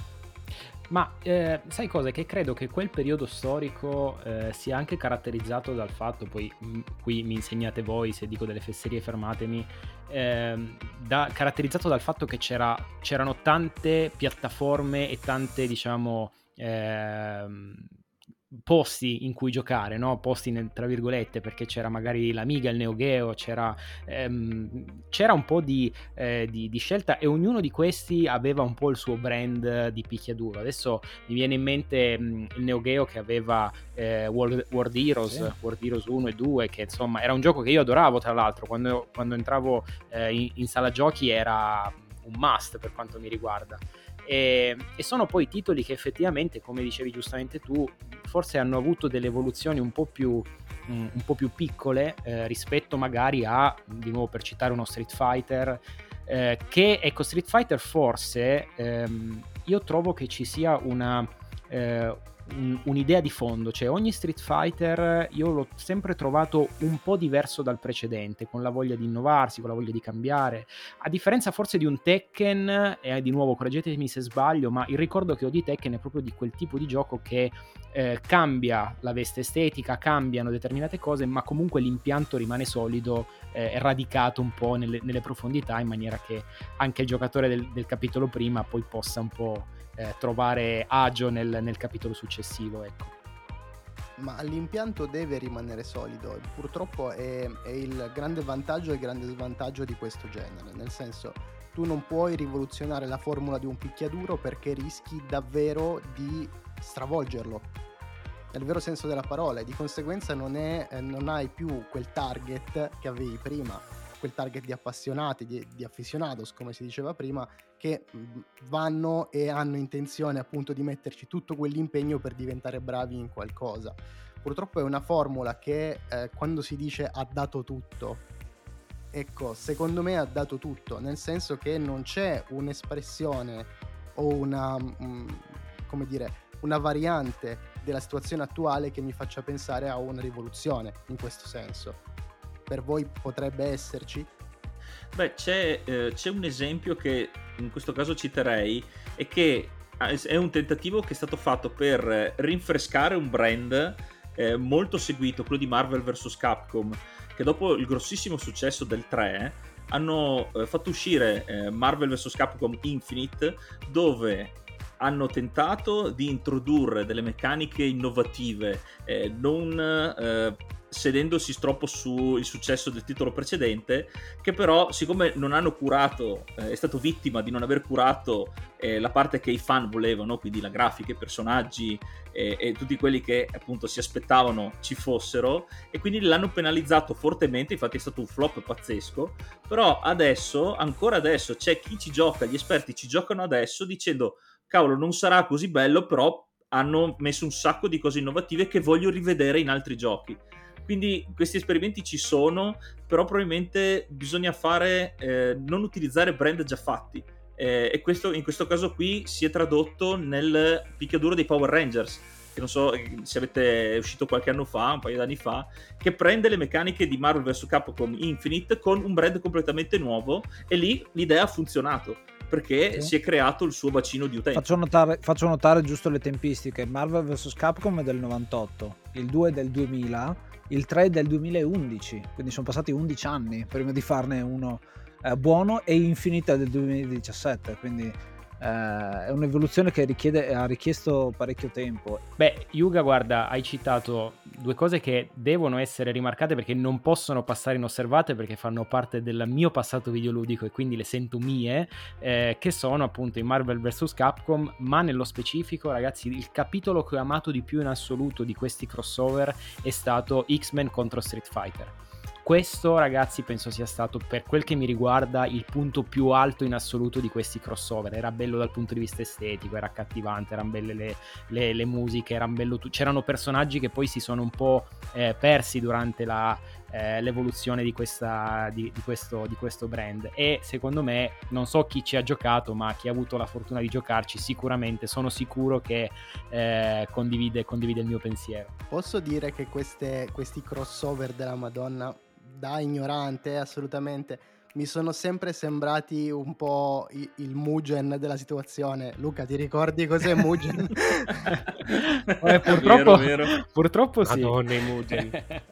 Ma eh, sai cosa? Che credo che quel periodo storico eh, sia anche caratterizzato dal fatto, poi mh, qui mi insegnate voi, se dico delle fesserie fermatemi, eh, da, caratterizzato dal fatto che c'era, c'erano tante piattaforme e tante, diciamo, eh, posti in cui giocare, no? Posti nel, tra virgolette, perché c'era magari l'Amiga, il Neo Geo, c'era, ehm, c'era un po' di, eh, di, di scelta, e ognuno di questi aveva un po' il suo brand di picchiaduro. Adesso mi viene in mente mh, il Neo Geo che aveva eh, World, World Heroes, sì. World Heroes uno e due, che insomma era un gioco che io adoravo, tra l'altro, quando, quando entravo eh, in, in sala giochi era un must per quanto mi riguarda. E, e sono poi titoli che effettivamente, come dicevi giustamente tu, forse hanno avuto delle evoluzioni un po' più um, un po' più piccole eh, rispetto magari a, di nuovo per citare uno Street Fighter, eh, che ecco, Street Fighter forse ehm, io trovo che ci sia una eh, un, un'idea di fondo, cioè ogni Street Fighter io l'ho sempre trovato un po' diverso dal precedente, con la voglia di innovarsi, con la voglia di cambiare, a differenza forse di un Tekken, e di nuovo correggetemi se sbaglio, ma il ricordo che ho di Tekken è proprio di quel tipo di gioco che eh, cambia la veste estetica, cambiano determinate cose, ma comunque l'impianto rimane solido, eh, è radicato un po' nelle, nelle profondità, in maniera che anche il giocatore del, del capitolo prima poi possa un po' Eh, trovare agio nel, nel capitolo successivo, ecco. Ma l'impianto deve rimanere solido, purtroppo è, è il grande vantaggio e il grande svantaggio di questo genere, nel senso, tu non puoi rivoluzionare la formula di un picchiaduro perché rischi davvero di stravolgerlo nel vero senso della parola, e di conseguenza non, è, eh, non hai più quel target che avevi prima, quel target di appassionati, di, di aficionados, come si diceva prima, che vanno e hanno intenzione appunto di metterci tutto quell'impegno per diventare bravi in qualcosa. Purtroppo è una formula che eh, quando si dice ha dato tutto, ecco, secondo me ha dato tutto, nel senso che non c'è un'espressione o una, um, come dire, una variante della situazione attuale che mi faccia pensare a una rivoluzione in questo senso. Per voi potrebbe esserci? Beh, c'è, eh, c'è un esempio che in questo caso citerei, e che è un tentativo che è stato fatto per rinfrescare un brand eh, molto seguito, quello di Marvel versus. Capcom, che dopo il grossissimo successo del tre hanno eh, fatto uscire eh, Marvel versus. Capcom Infinite, dove hanno tentato di introdurre delle meccaniche innovative, eh, non eh, sedendosi troppo sul successo del titolo precedente, che però, siccome non hanno curato, eh, è stato vittima di non aver curato eh, la parte che i fan volevano, quindi la grafica, i personaggi eh, e tutti quelli che appunto si aspettavano ci fossero, e quindi l'hanno penalizzato fortemente. Infatti è stato un flop pazzesco. Però adesso, ancora adesso, c'è chi ci gioca, gli esperti ci giocano adesso dicendo cavolo, non sarà così bello, però hanno messo un sacco di cose innovative che voglio rivedere in altri giochi. Quindi questi esperimenti ci sono, però probabilmente bisogna fare eh, non utilizzare brand già fatti, eh, e questo in questo caso qui si è tradotto nel picchiaduro dei Power Rangers, che non so se avete, è uscito qualche anno fa, un paio d'anni fa, che prende le meccaniche di Marvel versus. Capcom Infinite con un brand completamente nuovo, e lì l'idea ha funzionato perché sì. Si è creato il suo bacino di utenti. Faccio notare, faccio notare giusto le tempistiche. Marvel versus. Capcom è del novantotto, il due è del duemila, il tre è del duemilaundici, quindi sono passati undici anni prima di farne uno eh, buono, e Infinite è del duemiladiciassette, quindi eh, è un'evoluzione che richiede, ha richiesto parecchio tempo. Beh, Yuga, guarda, hai citato due cose che devono essere rimarcate perché non possono passare inosservate, perché fanno parte del mio passato videoludico e quindi le sento mie, eh, che sono appunto in Marvel versus. Capcom, ma nello specifico, ragazzi, il capitolo che ho amato di più in assoluto di questi crossover è stato X-Men contro Street Fighter. Questo, ragazzi, penso sia stato, per quel che mi riguarda, il punto più alto in assoluto di questi crossover. Era bello dal punto di vista estetico, era accattivante, erano belle le, le, le musiche, erano bello tu- c'erano personaggi che poi si sono un po' eh, persi durante la, eh, l'evoluzione di, questa, di, di, questo, di questo brand. E secondo me, non so chi ci ha giocato, ma chi ha avuto la fortuna di giocarci sicuramente, sono sicuro che eh, condivide, condivide il mio pensiero. Posso dire che queste, questi crossover della Madonna, da ignorante assolutamente, mi sono sempre sembrati un po' il, il Mugen della situazione. Luca, ti ricordi cos'è Mugen? eh, purtroppo, vero, vero. purtroppo sì. Madonna, i Mugen.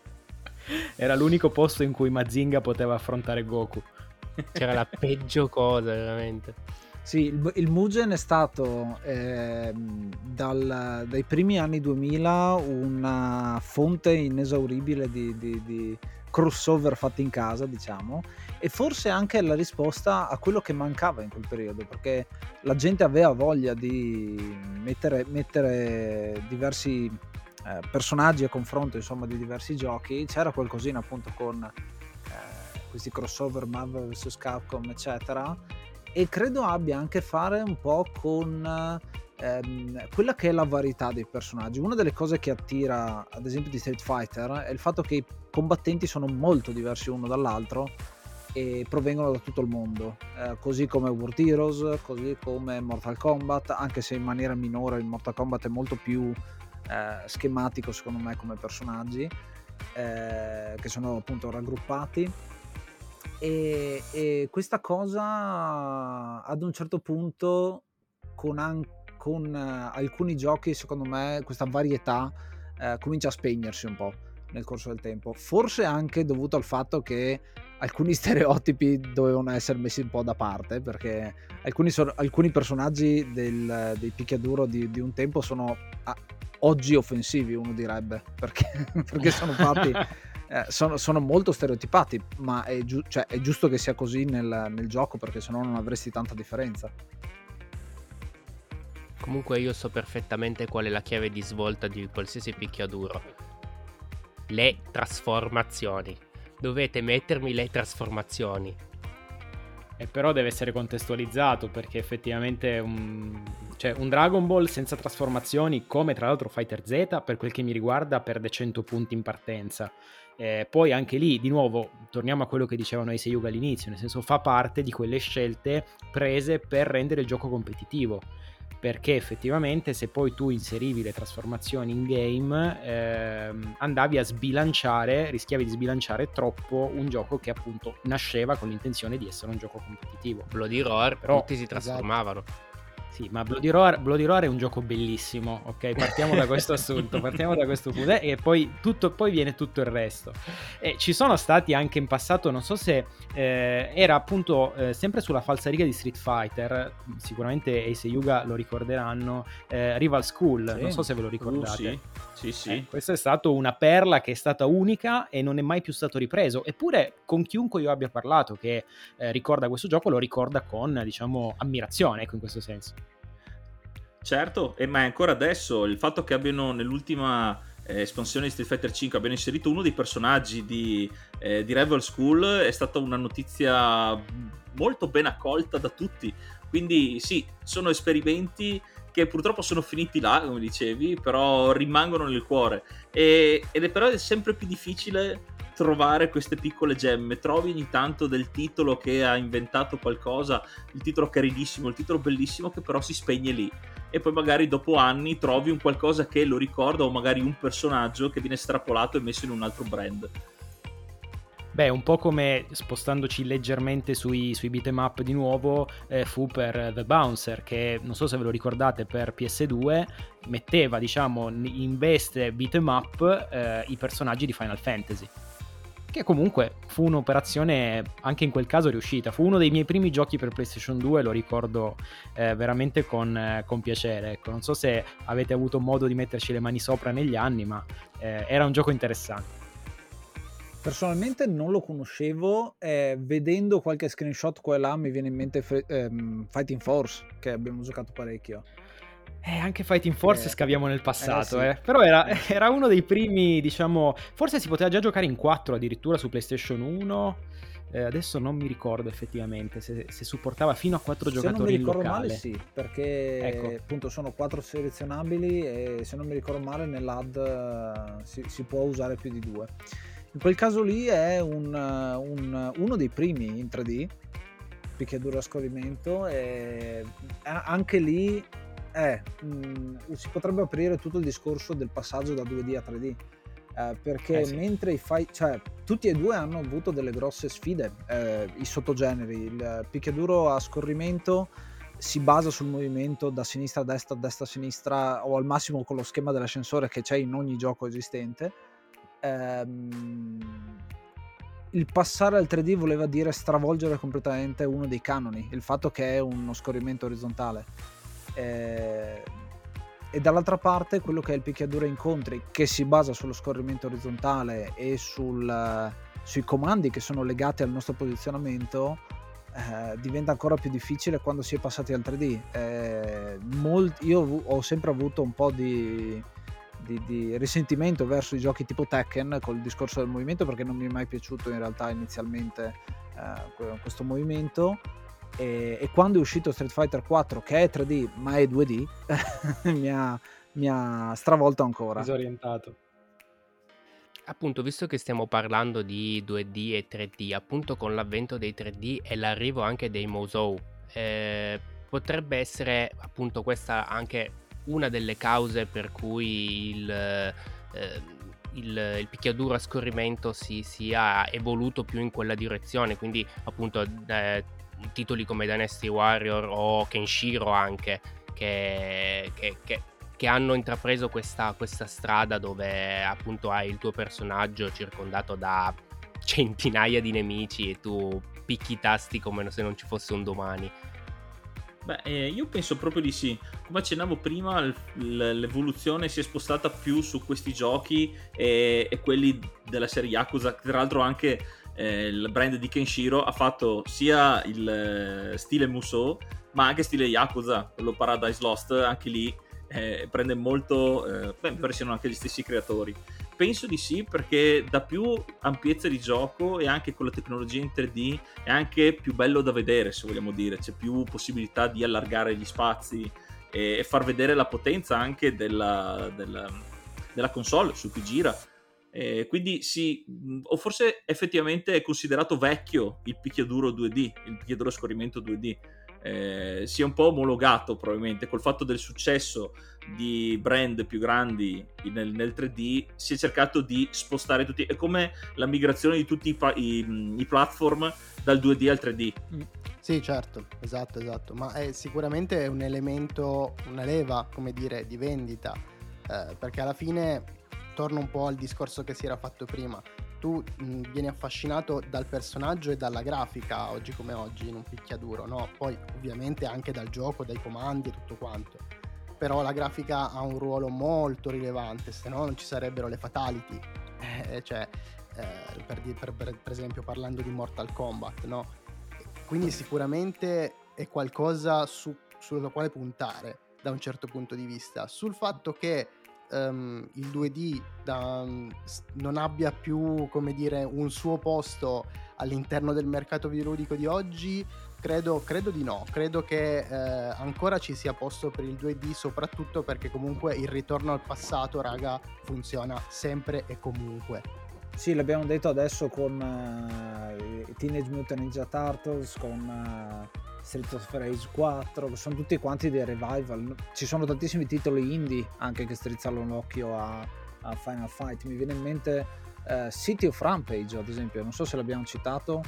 Era l'unico posto in cui Mazinga poteva affrontare Goku. C'era la peggio cosa, veramente. Sì, il, il Mugen è stato eh, dal, dai primi anni duemila una fonte inesauribile di, di, di crossover fatti in casa, diciamo, e forse anche la risposta a quello che mancava in quel periodo, perché la gente aveva voglia di mettere, mettere diversi eh, personaggi a confronto, insomma, di diversi giochi. C'era qualcosina appunto con eh, questi crossover Marvel versus Capcom, eccetera, e credo abbia anche a fare un po' con ehm, quella che è la varietà dei personaggi. Una delle cose che attira ad esempio di Street Fighter è il fatto che i combattenti sono molto diversi uno dall'altro e provengono da tutto il mondo, eh, così come World Heroes, così come Mortal Kombat, anche se in maniera minore. Il Mortal Kombat è molto più eh, schematico secondo me come personaggi eh, che sono appunto raggruppati. E, e questa cosa ad un certo punto con, an- con uh, alcuni giochi, secondo me questa varietà uh, comincia a spegnersi un po' nel corso del tempo, forse anche dovuto al fatto che alcuni stereotipi dovevano essere messi un po' da parte, perché alcuni, so- alcuni personaggi del, dei picchiaduro di, di un tempo sono ah, oggi offensivi, uno direbbe, perché, perché sono fatti Eh, sono, sono molto stereotipati, ma è, giu- cioè, è giusto che sia così nel, nel gioco, perché sennò non avresti tanta differenza. Comunque io so perfettamente qual è la chiave di svolta di qualsiasi picchiaduro: le trasformazioni. Dovete mettermi le trasformazioni. E però deve essere contestualizzato, perché effettivamente un, cioè un Dragon Ball senza trasformazioni, come tra l'altro Fighter Z, per quel che mi riguarda perde cento punti in partenza. Eh, poi anche lì, di nuovo, torniamo a quello che dicevano Ace Yuga all'inizio, nel senso fa parte di quelle scelte prese per rendere il gioco competitivo, perché effettivamente se poi tu inserivi le trasformazioni in game ehm, andavi a sbilanciare, rischiavi di sbilanciare troppo un gioco che appunto nasceva con l'intenzione di essere un gioco competitivo. Bloody Roar, Però, tutti si trasformavano. Sì, ma Bloody Roar, Bloody Roar è un gioco bellissimo, ok? Partiamo da questo assunto, partiamo da questo punto e poi, tutto, poi viene tutto il resto. E ci sono stati anche in passato, non so se eh, era appunto eh, sempre sulla falsariga di Street Fighter, sicuramente Ace e Yuga lo ricorderanno, eh, Rival School, Sì. non so se ve lo ricordate. Uh, sì, sì, sì. Eh, questa è stata una perla che è stata unica e non è mai più stato ripreso, eppure con chiunque io abbia parlato che eh, ricorda questo gioco lo ricorda con, diciamo, ammirazione, ecco, in questo senso. Certo, e ma è ancora adesso il fatto che abbiano nell'ultima eh, espansione di Street Fighter cinque abbiano inserito uno dei personaggi di, eh, di Rival School è stata una notizia molto ben accolta da tutti. Quindi sì, sono esperimenti che purtroppo sono finiti là, come dicevi, però rimangono nel cuore e, ed è però è sempre più difficile trovare queste piccole gemme. Trovi ogni tanto del titolo che ha inventato qualcosa, il titolo carinissimo, il titolo bellissimo, che però si spegne lì, e poi magari dopo anni trovi un qualcosa che lo ricorda, o magari un personaggio che viene strapolato e messo in un altro brand. Beh, un po' come, spostandoci leggermente sui, sui beat'em up di nuovo, eh, fu per The Bouncer, che non so se ve lo ricordate, per P S due metteva, diciamo, in veste beat'em up eh, i personaggi di Final Fantasy, che comunque fu un'operazione anche in quel caso riuscita. Fu uno dei miei primi giochi per PlayStation due, lo ricordo eh, veramente con, eh, con piacere. Ecco, non so se avete avuto modo di metterci le mani sopra negli anni, ma eh, era un gioco interessante. Personalmente non lo conoscevo, eh, vedendo qualche screenshot qua e là mi viene in mente Fre- ehm, Fighting Force, che abbiamo giocato parecchio. Eh, anche Fighting Force Eh, scaviamo nel passato, eh, eh, sì. però era, era uno dei primi, diciamo, forse si poteva già giocare in quattro addirittura su PlayStation uno, eh, adesso non mi ricordo effettivamente se, se supportava fino a quattro Se non giocatori mi in ricordo locale. male sì, perché Ecco. appunto sono quattro selezionabili e se non mi ricordo male nell'ad eh, si, si può usare più di due. In quel caso lì è un, un- uno dei primi in tre D, picchiaduro a scorrimento, e a- anche lì è, mm, si potrebbe aprire tutto il discorso del passaggio da due D a tre D. eh, perché Eh sì. mentre i fight, cioè tutti e due hanno avuto delle grosse sfide, eh, i sottogeneri. Il picchiaduro a scorrimento si basa sul movimento da sinistra a destra, destra a sinistra, o al massimo con lo schema dell'ascensore che c'è in ogni gioco esistente. Ehm, il passare al tre D voleva dire stravolgere completamente uno dei canoni, il fatto che è uno scorrimento orizzontale. Eh, e dall'altra parte quello che è il picchiaduro a incontri, che si basa sullo scorrimento orizzontale e sul, sui comandi che sono legati al nostro posizionamento, eh, diventa ancora più difficile quando si è passati al tre D. Eh, molt- io ho ho sempre avuto un po' di, di, di risentimento verso i giochi tipo Tekken col discorso del movimento, perché non mi è mai piaciuto in realtà inizialmente eh, questo movimento. E, e quando è uscito Street Fighter quattro, che è tre D ma è due D, mi, ha, mi ha stravolto ancora. Disorientato. Appunto, visto che stiamo parlando di due D e tre D, appunto con l'avvento dei tre D e l'arrivo anche dei Musou, eh, potrebbe essere appunto questa anche una delle cause per cui il, eh, il, il picchiaduro a scorrimento si sia evoluto più in quella direzione, quindi appunto eh, titoli come Dynasty Warrior o Kenshiro anche, che, che, che che hanno intrapreso questa, questa strada dove appunto hai il tuo personaggio circondato da centinaia di nemici e tu picchi i tasti come se non ci fosse un domani. Beh, eh, io penso proprio di sì. Come accennavo prima, l- l- l'evoluzione si è spostata più su questi giochi e, e quelli della serie Yakuza. Tra l'altro anche eh, il brand di Kenshiro ha fatto sia il eh, stile Musou, ma anche stile Yakuza, quello Paradise Lost, anche lì eh, prende molto, eh, beh, mi pare siano anche gli stessi creatori. Penso di sì, perché dà più ampiezza di gioco e anche con la tecnologia in tre D è anche più bello da vedere, se vogliamo dire. C'è più possibilità di allargare gli spazi e, e far vedere la potenza anche della, della, della console su cui gira. Eh, quindi sì, o forse effettivamente è considerato vecchio il picchiaduro due D, il picchiaduro a scorrimento due D. Eh, si è un po' omologato probabilmente col fatto del successo di brand più grandi nel, nel tre D. Si è cercato di spostare tutti, è come la migrazione di tutti i, pa- i, i platform dal due D al tre D. Sì, certo, esatto, esatto, ma è sicuramente un elemento, una leva, come dire, di vendita, eh, perché alla fine torno un po' al discorso che si era fatto prima. Tu mh, vieni affascinato dal personaggio e dalla grafica oggi come oggi in un picchiaduro, no? Poi ovviamente anche dal gioco, dai comandi e tutto quanto, però la grafica ha un ruolo molto rilevante, se no non ci sarebbero le fatality, eh, cioè eh, per, di- per- per- per esempio parlando di Mortal Kombat, no? Quindi sicuramente è qualcosa su, sulla quale puntare da un certo punto di vista. Sul fatto che um, il due D da, s- non abbia più, come dire, un suo posto all'interno del mercato videoludico di oggi, credo, credo di no. Credo che eh, ancora ci sia posto per il due D, soprattutto perché comunque il ritorno al passato, raga, funziona sempre e comunque. Sì, l'abbiamo detto adesso con uh, Teenage Mutant Ninja Turtles, con uh, Street of Rage quattro, che sono tutti quanti dei revival. Ci sono tantissimi titoli indie anche che strizzano l'occhio a, a Final Fight. Mi viene in mente uh, City of Rampage, ad esempio, non so se l'abbiamo citato,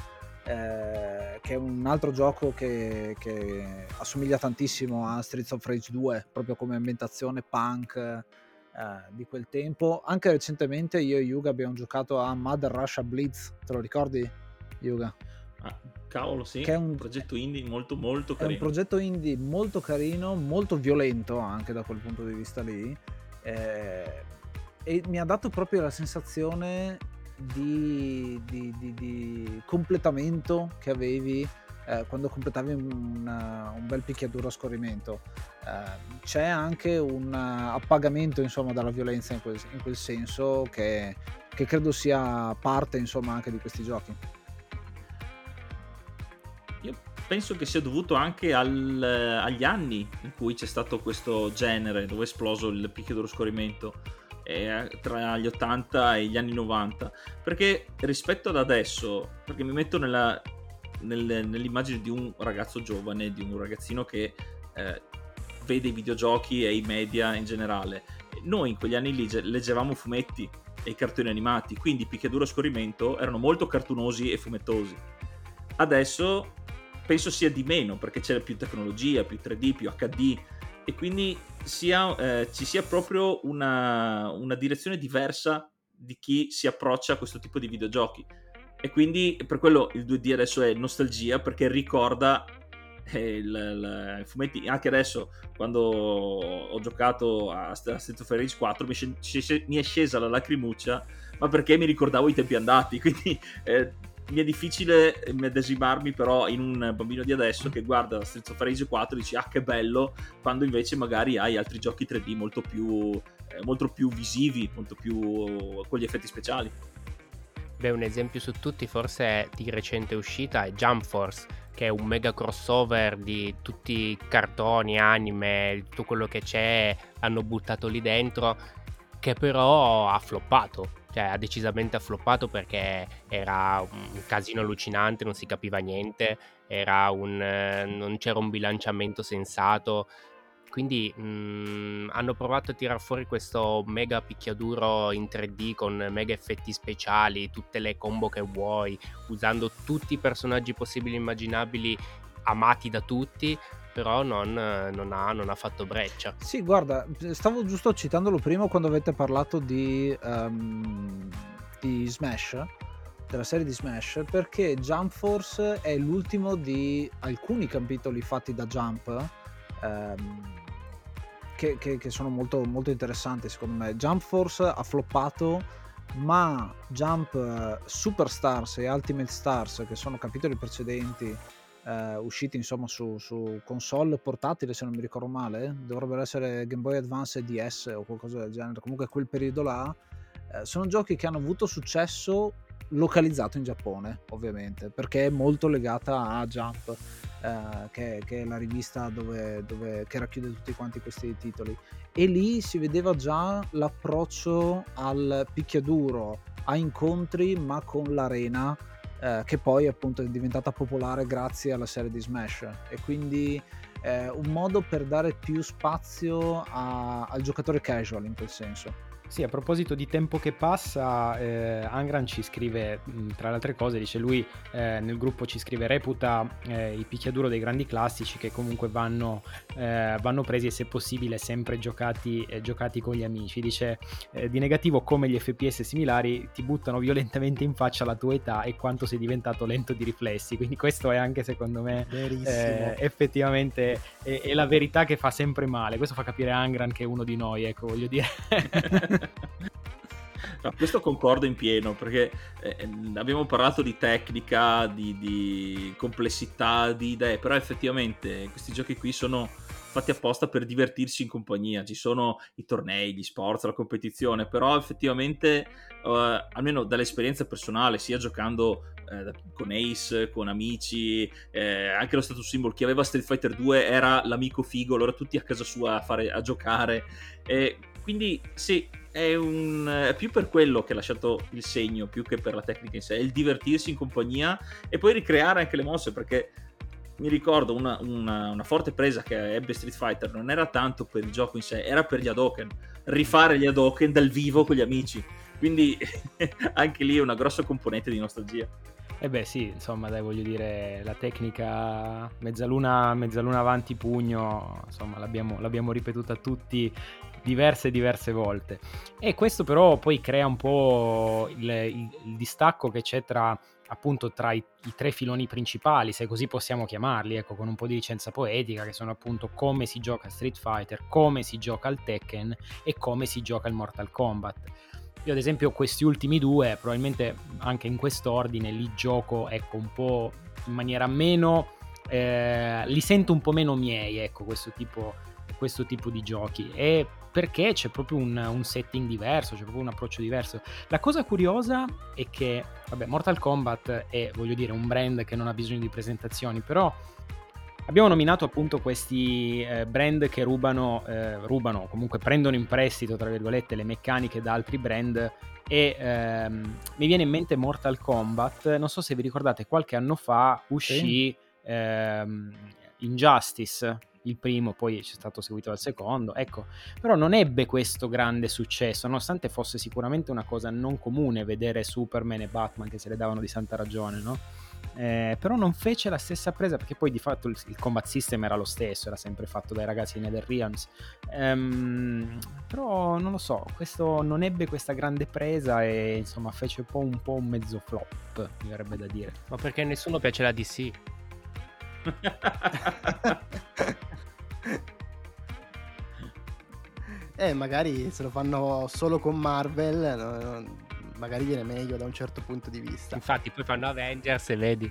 eh, che è un altro gioco che, che assomiglia tantissimo a Streets of Rage due, proprio come ambientazione punk. Uh, di quel tempo. Anche recentemente io e Yuga abbiamo giocato a Mother Russia Blitz, te lo ricordi, Yuga? Ah, cavolo, sì, Che è un, un progetto indie molto molto è carino. un progetto indie molto carino, molto violento anche da quel punto di vista lì, eh, e mi ha dato proprio la sensazione di, di, di, di completamento che avevi eh, quando completavi un, un bel picchiaduro a scorrimento. Uh, c'è anche un uh, appagamento insomma dalla violenza in quel, in quel senso che, che credo sia parte insomma anche di questi giochi. Io penso che sia dovuto anche al, agli anni in cui c'è stato questo genere dove è esploso il picchiaduro scorrimento, eh, tra gli ottanta e gli anni novanta, perché rispetto ad adesso, perché mi metto nella, nel, nell'immagine di un ragazzo giovane, di un ragazzino che eh, vede i videogiochi e i media in generale. Noi in quegli anni lì leggevamo fumetti e i cartoni animati, quindi picchiaduro e scorrimento erano molto cartunosi e fumettosi. Adesso penso sia di meno, perché c'è più tecnologia, più tre D, più acca di, e quindi sia, eh, ci sia proprio una, una direzione diversa di chi si approccia a questo tipo di videogiochi. E quindi per quello il due D adesso è nostalgia, perché ricorda eh, il, il, i fumetti. Anche adesso, quando ho giocato a Street of Rage quattro, mi, sc- mi è scesa la lacrimuccia, ma perché mi ricordavo i tempi andati, quindi eh, mi è difficile medesimarmi però in un bambino di adesso che guarda Street of Rage quattro e dice ah che bello, quando invece magari hai altri giochi tre D molto più, eh, molto più visivi, molto più con gli effetti speciali. Beh, un esempio su tutti forse di recente uscita è Jump Force, che è un mega crossover di tutti i cartoni, anime, tutto quello che c'è, hanno buttato lì dentro, che però ha floppato. Cioè ha decisamente floppato perché era un casino allucinante, non si capiva niente, era un, eh, non c'era un bilanciamento sensato, quindi mh, hanno provato a tirar fuori questo mega picchiaduro in tre D con mega effetti speciali, tutte le combo che vuoi, usando tutti i personaggi possibili e immaginabili amati da tutti, però non, non, ha, non ha fatto breccia. Sì, guarda, stavo giusto citandolo prima quando avete parlato di, um, di Smash, della serie di Smash, perché Jump Force è l'ultimo di alcuni capitoli fatti da Jump um, che, che, che sono molto, molto interessanti secondo me. Jump Force ha floppato, ma Jump Superstars e Ultimate Stars, che sono capitoli precedenti Uh, usciti insomma su, su console portatile, se non mi ricordo male, dovrebbero essere Game Boy Advance e D S o qualcosa del genere, comunque quel periodo là, uh, sono giochi che hanno avuto successo localizzato in Giappone, ovviamente, perché è molto legata a Jump, uh, che, che è la rivista dove, dove, che racchiude tutti quanti questi titoli, e lì si vedeva già l'approccio al picchiaduro, a incontri ma con l'arena, Eh, che poi appunto è diventata popolare grazie alla serie di Smash, e quindi eh, un modo per dare più spazio a, al giocatore casual in quel senso. Sì, a proposito di tempo che passa, eh, Angran ci scrive, mh, tra le altre cose, dice lui eh, nel gruppo ci scrive, reputa eh, il picchiaduro dei grandi classici che comunque vanno, eh, vanno presi e se possibile sempre giocati, eh, giocati con gli amici. Dice eh, di negativo come gli F P S similari ti buttano violentemente in faccia la tua età e quanto sei diventato lento di riflessi, quindi questo è anche secondo me eh, effettivamente è, è la verità che fa sempre male. Questo fa capire Angran che è uno di noi, ecco, voglio dire. No, questo concordo in pieno, perché eh, abbiamo parlato di tecnica, di, di complessità, di idee, però effettivamente questi giochi qui sono fatti apposta per divertirsi in compagnia. Ci sono i tornei, gli sport, la competizione, però effettivamente eh, almeno dall'esperienza personale, sia giocando eh, con Ace, con amici, eh, anche lo status symbol, chi aveva Street Fighter due era l'amico figo, allora tutti a casa sua a, fare, a giocare, e quindi sì, è, un, è più per quello che ha lasciato il segno, più che per la tecnica in sé, è il divertirsi in compagnia e poi ricreare anche le mosse, perché mi ricordo una, una, una forte presa che ebbe Street Fighter non era tanto per il gioco in sé, era per gli Hadouken, rifare gli Hadouken dal vivo con gli amici, quindi anche lì è una grossa componente di nostalgia. Eh beh sì, insomma dai, voglio dire, la tecnica mezzaluna, mezzaluna avanti pugno, insomma l'abbiamo, l'abbiamo ripetuta tutti diverse diverse volte, e questo però poi crea un po' il, il, il distacco che c'è tra appunto tra i, i tre filoni principali, se così possiamo chiamarli, ecco, con un po' di licenza poetica, che sono appunto come si gioca a Street Fighter, come si gioca al Tekken e come si gioca al Mortal Kombat. Io ad esempio questi ultimi due, probabilmente anche in quest'ordine, li gioco ecco un po' in maniera meno, eh, li sento un po' meno miei, ecco, questo tipo, questo tipo di giochi, e perché c'è proprio un, un setting diverso, c'è proprio un approccio diverso. La cosa curiosa è che, vabbè, Mortal Kombat è, voglio dire, un brand che non ha bisogno di presentazioni, però Abbiamo nominato appunto questi eh, brand che rubano, eh, rubano, comunque prendono in prestito, tra virgolette, le meccaniche da altri brand, e ehm, mi viene in mente Mortal Kombat. Non so se vi ricordate, qualche anno fa uscì Sì. ehm, Injustice, il primo, poi c'è stato seguito dal secondo, ecco, però non ebbe questo grande successo, nonostante fosse sicuramente una cosa non comune vedere Superman e Batman che se le davano di santa ragione, no? Eh, però non fece la stessa presa, perché poi di fatto il, il combat system era lo stesso, era sempre fatto dai ragazzi di NetherRealms. Ehm, però non lo so, questo non ebbe questa grande presa e insomma fece un po' un, po' un mezzo flop, mi verrebbe da dire. Ma perché a nessuno piace la D C? Eh, magari se lo fanno solo con Marvel, no, no, magari viene meglio da un certo punto di vista. Infatti poi fanno Avengers e vedi.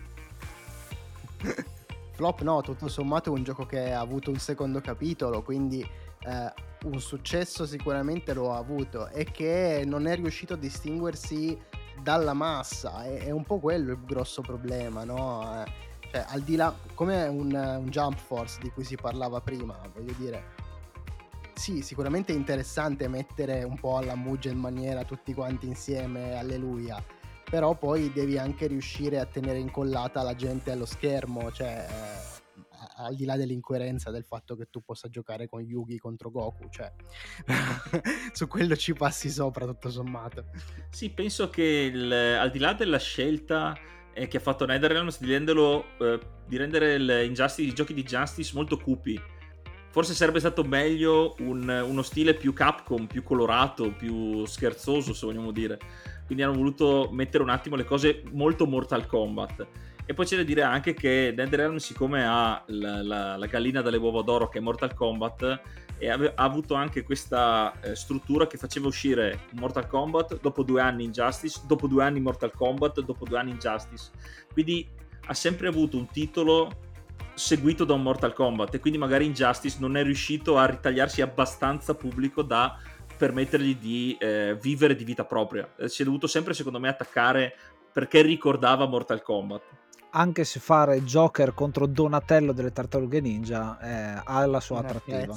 Flop no, tutto sommato è un gioco che ha avuto un secondo capitolo, quindi eh, un successo sicuramente lo ha avuto, e che non è riuscito a distinguersi dalla massa, è, è un po' quello il grosso problema, no? Eh, cioè, al di là, come un, un Jump Force di cui si parlava prima, voglio dire, sì, sicuramente è interessante mettere un po' alla Mugen maniera tutti quanti insieme, alleluia, però poi devi anche riuscire a tenere incollata la gente allo schermo, cioè eh, al di là dell'incoerenza del fatto che tu possa giocare con Yugi contro Goku, cioè su quello ci passi sopra tutto sommato. Sì, penso che il, al di là della scelta eh, che ha fatto NetherRealms di renderlo eh, di rendere il Injustice, i giochi di Justice molto cupi, forse sarebbe stato meglio un, uno stile più Capcom, più colorato, più scherzoso, se vogliamo dire. Quindi hanno voluto mettere un attimo le cose molto Mortal Kombat. E poi c'è da dire anche che NetherRealms, siccome ha la, la, la gallina dalle uova d'oro che è Mortal Kombat, e ave, ha avuto anche questa eh, struttura che faceva uscire Mortal Kombat, dopo due anni Injustice, dopo due anni Mortal Kombat, dopo due anni Injustice. Quindi ha sempre avuto un titolo seguito da un Mortal Kombat, e quindi magari Injustice non è riuscito a ritagliarsi abbastanza pubblico da permettergli di eh, vivere di vita propria. Eh, si è dovuto sempre, secondo me, attaccare perché ricordava Mortal Kombat. Anche se fare Joker contro Donatello delle Tartarughe Ninja eh, ha la sua attrattiva.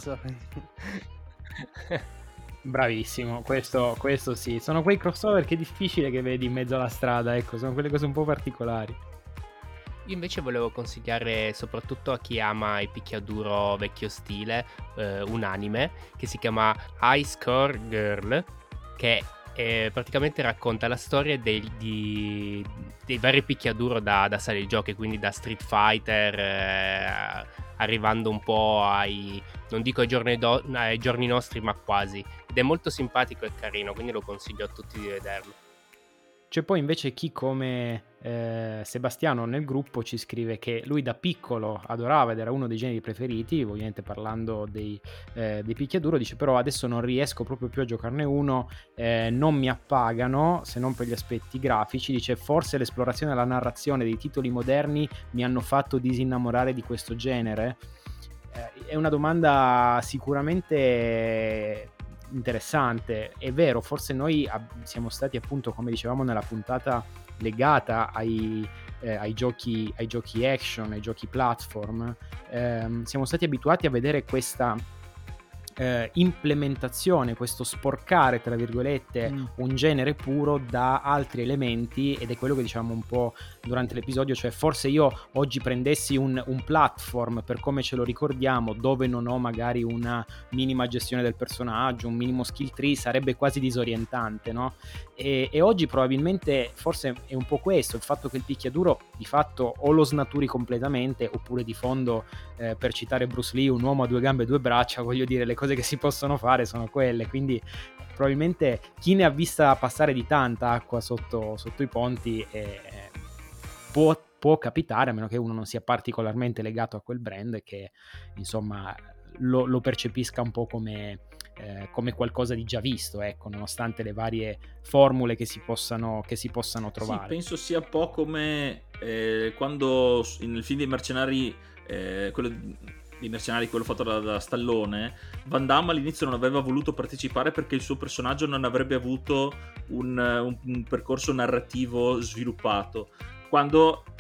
Bravissimo, questo, questo sì, sono quei crossover che è difficile che vedi in mezzo alla strada, ecco, sono quelle cose un po' particolari. Io invece volevo consigliare soprattutto a chi ama il picchiaduro vecchio stile eh, un anime che si chiama High Score Girl, che eh, praticamente racconta la storia dei, di, dei vari picchiaduro da, da sale giochi, quindi da Street Fighter eh, arrivando un po' ai, non dico ai giorni, do, ai giorni nostri, ma quasi, ed è molto simpatico e carino, quindi lo consiglio a tutti di vederlo. C'è poi invece chi come eh, Sebastiano nel gruppo ci scrive che lui da piccolo adorava ed era uno dei generi preferiti, ovviamente parlando dei, eh, dei picchiaduro, dice però adesso non riesco proprio più a giocarne uno, eh, non mi appagano se non per gli aspetti grafici, dice forse l'esplorazione e la narrazione dei titoli moderni mi hanno fatto disinnamorare di questo genere. Eh, è una domanda sicuramente interessante. È vero, forse noi ab- siamo stati appunto, come dicevamo nella puntata legata ai, eh, ai giochi ai giochi action, ai giochi platform, ehm, siamo stati abituati a vedere questa eh, implementazione, questo sporcare tra virgolette mm. un genere puro da altri elementi, ed è quello che diciamo un po' durante l'episodio, cioè forse io oggi prendessi un, un platform per come ce lo ricordiamo, dove non ho magari una minima gestione del personaggio, un minimo skill tree, sarebbe quasi disorientante, no? E, e oggi probabilmente forse è un po' questo, il fatto che il picchiaduro di fatto o lo snaturi completamente, oppure di fondo eh, per citare Bruce Lee, un uomo a due gambe e due braccia, voglio dire, le cose che si possono fare sono quelle, quindi probabilmente chi ne ha vista passare di tanta acqua sotto, sotto i ponti eh, può, può capitare, a meno che uno non sia particolarmente legato a quel brand, che insomma lo, lo percepisca un po' come, eh, come qualcosa di già visto, ecco, nonostante le varie formule che si possano, che si possano trovare. Sì, penso sia un po' come eh, quando nel film dei mercenari eh, quello dei mercenari, quello fatto da, da Stallone, Van Damme all'inizio non aveva voluto partecipare perché il suo personaggio non avrebbe avuto un, un, un percorso narrativo sviluppato, quando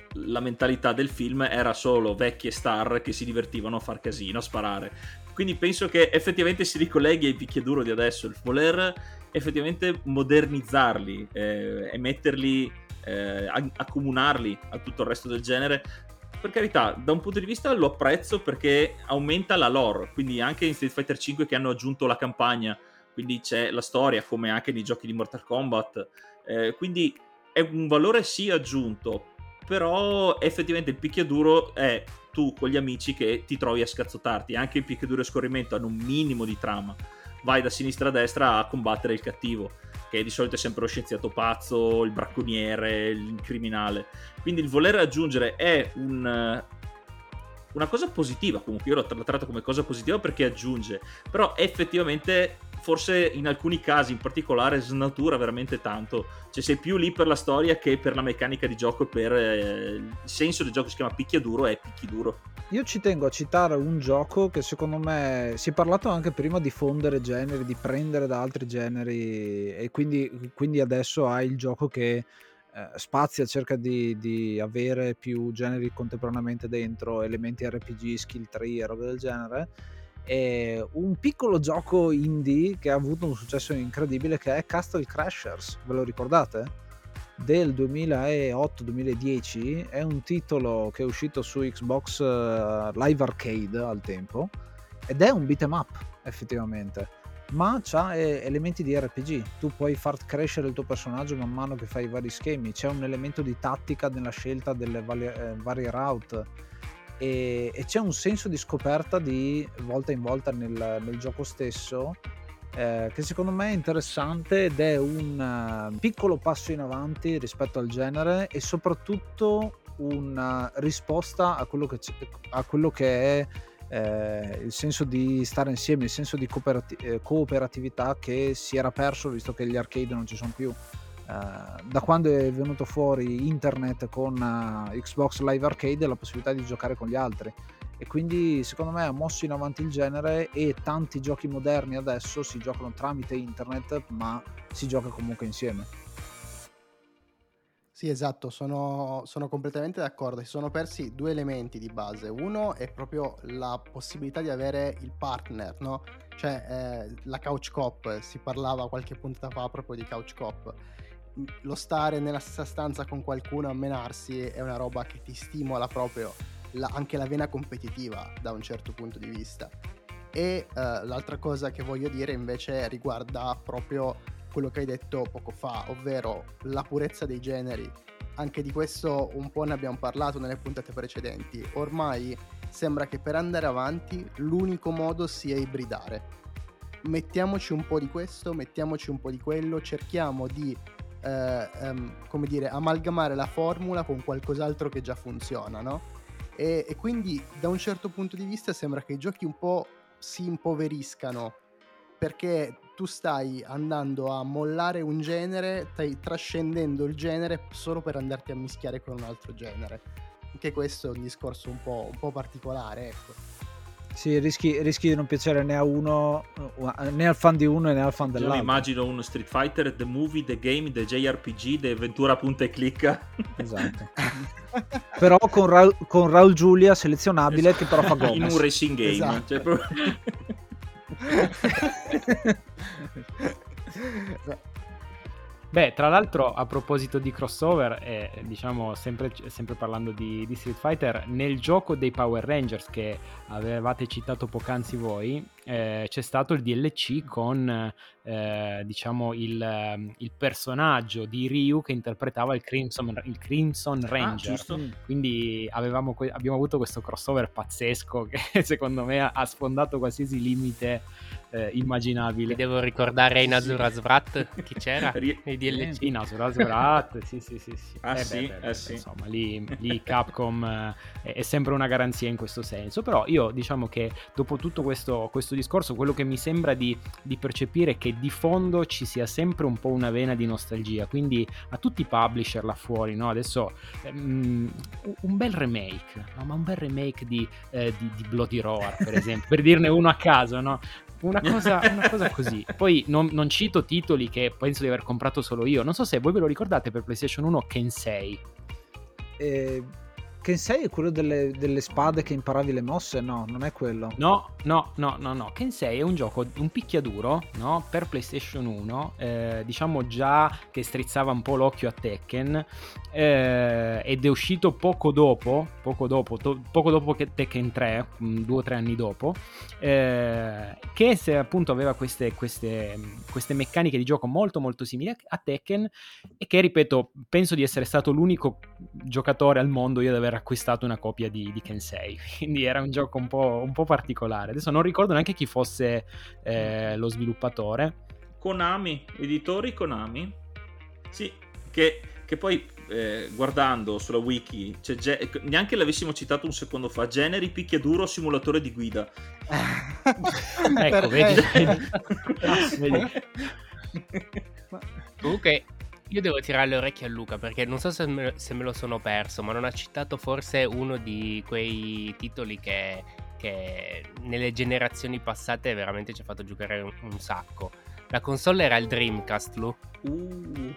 la mentalità del film era solo vecchie star che si divertivano a far casino, a sparare. Quindi penso che effettivamente si ricolleghi ai picchiaduro di adesso, il voler effettivamente modernizzarli eh, e metterli, eh, accomunarli a tutto il resto del genere. Per carità, da un punto di vista lo apprezzo perché aumenta la lore, quindi anche in Street Fighter cinque che hanno aggiunto la campagna, quindi c'è la storia come anche nei giochi di Mortal Kombat, eh, quindi è un valore sì aggiunto, però effettivamente il picchiaduro è tu con gli amici che ti trovi a scazzottarti. Anche il picchiaduro e scorrimento hanno un minimo di trama, vai da sinistra a destra a combattere il cattivo, che di solito è sempre lo scienziato pazzo, il bracconiere, il criminale. Quindi il voler aggiungere è un, una cosa positiva, comunque io l'ho trattato come cosa positiva perché aggiunge, però effettivamente forse in alcuni casi in particolare snatura veramente tanto, cioè sei più lì per la storia che per la meccanica di gioco e per eh, il senso del gioco. Si chiama picchiaduro, è picchiduro. Io ci tengo a citare un gioco che secondo me si è parlato anche prima di fondere generi, di prendere da altri generi, e quindi, quindi adesso hai il gioco che eh, spazia, cerca di, di avere più generi contemporaneamente dentro, elementi R P G, skill tree e robe del genere. E un piccolo gioco indie che ha avuto un successo incredibile, che è Castle Crashers, ve lo ricordate? Del duemilaotto duemiladieci, è un titolo che è uscito su Xbox uh, Live Arcade al tempo, ed è un beat'em up effettivamente, ma c'ha eh, elementi di R P G. Tu puoi far crescere il tuo personaggio man mano che fai i vari schemi, c'è un elemento di tattica nella scelta delle varie, eh, varie route, e, e c'è un senso di scoperta di volta in volta nel, nel gioco stesso, eh, che secondo me è interessante ed è un uh, piccolo passo in avanti rispetto al genere, e soprattutto una risposta a quello che, c- a quello che è eh, il senso di stare insieme, il senso di cooperati- eh, cooperatività che si era perso visto che gli arcade non ci sono più. Uh, da quando è venuto fuori internet con uh, Xbox Live Arcade, la possibilità di giocare con gli altri, e quindi secondo me ha mosso in avanti il genere, e tanti giochi moderni adesso si giocano tramite internet, ma si gioca comunque insieme. Sì, esatto, sono, sono completamente d'accordo. Si sono persi due elementi di base. Uno è proprio la possibilità di avere il partner, no? Cioè eh, la couch co-op, si parlava qualche puntata fa proprio di couch co-op. Lo stare nella stessa stanza con qualcuno a menarsi è una roba che ti stimola proprio la, anche la vena competitiva da un certo punto di vista. E uh, l'altra cosa che voglio dire invece riguarda proprio quello che hai detto poco fa, ovvero la purezza dei generi. Anche di questo un po' ne abbiamo parlato nelle puntate precedenti. Ormai sembra che per andare avanti l'unico modo sia ibridare. Mettiamoci un po' di questo, mettiamoci un po' di quello, cerchiamo di Eh, um, come dire, amalgamare la formula con qualcos'altro che già funziona, no? E, e quindi da un certo punto di vista sembra che i giochi un po' si impoveriscano, perché tu stai andando a mollare un genere, stai trascendendo il genere solo per andarti a mischiare con un altro genere. Anche questo è un discorso un po', un po' particolare, ecco. Sì, rischi, rischi di non piacere né a uno, né al fan di uno né al fan dell'altro. Io mi immagino uno Street Fighter, The Movie, The Game, The J R P G, The Ventura punta e clicca. Esatto. Però con, Ra- con Raul Julia selezionabile, esatto. Che però fa Gomez. In un racing game. Esatto. Cioè, proprio... Beh, tra l'altro, a proposito di crossover, eh, diciamo sempre, sempre parlando di, di Street Fighter, nel gioco dei Power Rangers che avevate citato poc'anzi voi, eh, c'è stato il D L C con eh, diciamo il, il personaggio di Ryu che interpretava il Crimson, il Crimson Ranger. Ah, giusto. Quindi avevamo, abbiamo avuto questo crossover pazzesco che secondo me ha sfondato qualsiasi limite eh, immaginabile. Vi devo ricordare in Azura Svrat chi c'era nei D L C. In Azura Svrat, sì sì sì sì. Ah eh sì, beh, beh, eh sì. Insomma, lì, lì Capcom eh, è sempre una garanzia in questo senso. Però io diciamo che dopo tutto questo, questo discorso, quello che mi sembra di, di percepire è che di fondo ci sia sempre un po' una vena di nostalgia. Quindi a tutti i publisher là fuori, no? Adesso um, un bel remake, no? Ma un bel remake di, eh, di, di Bloody Roar, per esempio, per dirne uno a caso, no? Una cosa, una cosa così. Poi non, non cito titoli che penso di aver comprato solo io. Non so se voi ve lo ricordate per PlayStation uno, Kensei. eh, Kensei è quello delle, delle spade che imparavi le mosse? No, non è quello. No, no, no, no, no. Kensei è un gioco, un picchiaduro, no? Per PlayStation uno, eh, diciamo già che strizzava un po' l'occhio a Tekken, eh, ed è uscito poco dopo, poco dopo, to- poco dopo che Tekken tre, mh, due o tre anni dopo, eh, che se appunto aveva queste, queste, queste meccaniche di gioco molto molto simili a Tekken, e che, ripeto, penso di essere stato l'unico giocatore al mondo io ad aver acquistato una copia di, di Kensei, quindi era un gioco un po', un po' particolare. Adesso non ricordo neanche chi fosse eh, lo sviluppatore. Konami, editori Konami, sì, che, che poi eh, guardando sulla wiki c'è ge- neanche l'avessimo citato un secondo fa, generi picchiaduro simulatore di guida. Ecco, vedi, vedi. Comunque io devo tirare le orecchie a Luca, perché non so se me, se me lo sono perso, ma non ha citato forse uno di quei titoli che, che nelle generazioni passate veramente ci ha fatto giocare un, un sacco. La console era il Dreamcast, Lu. Uh.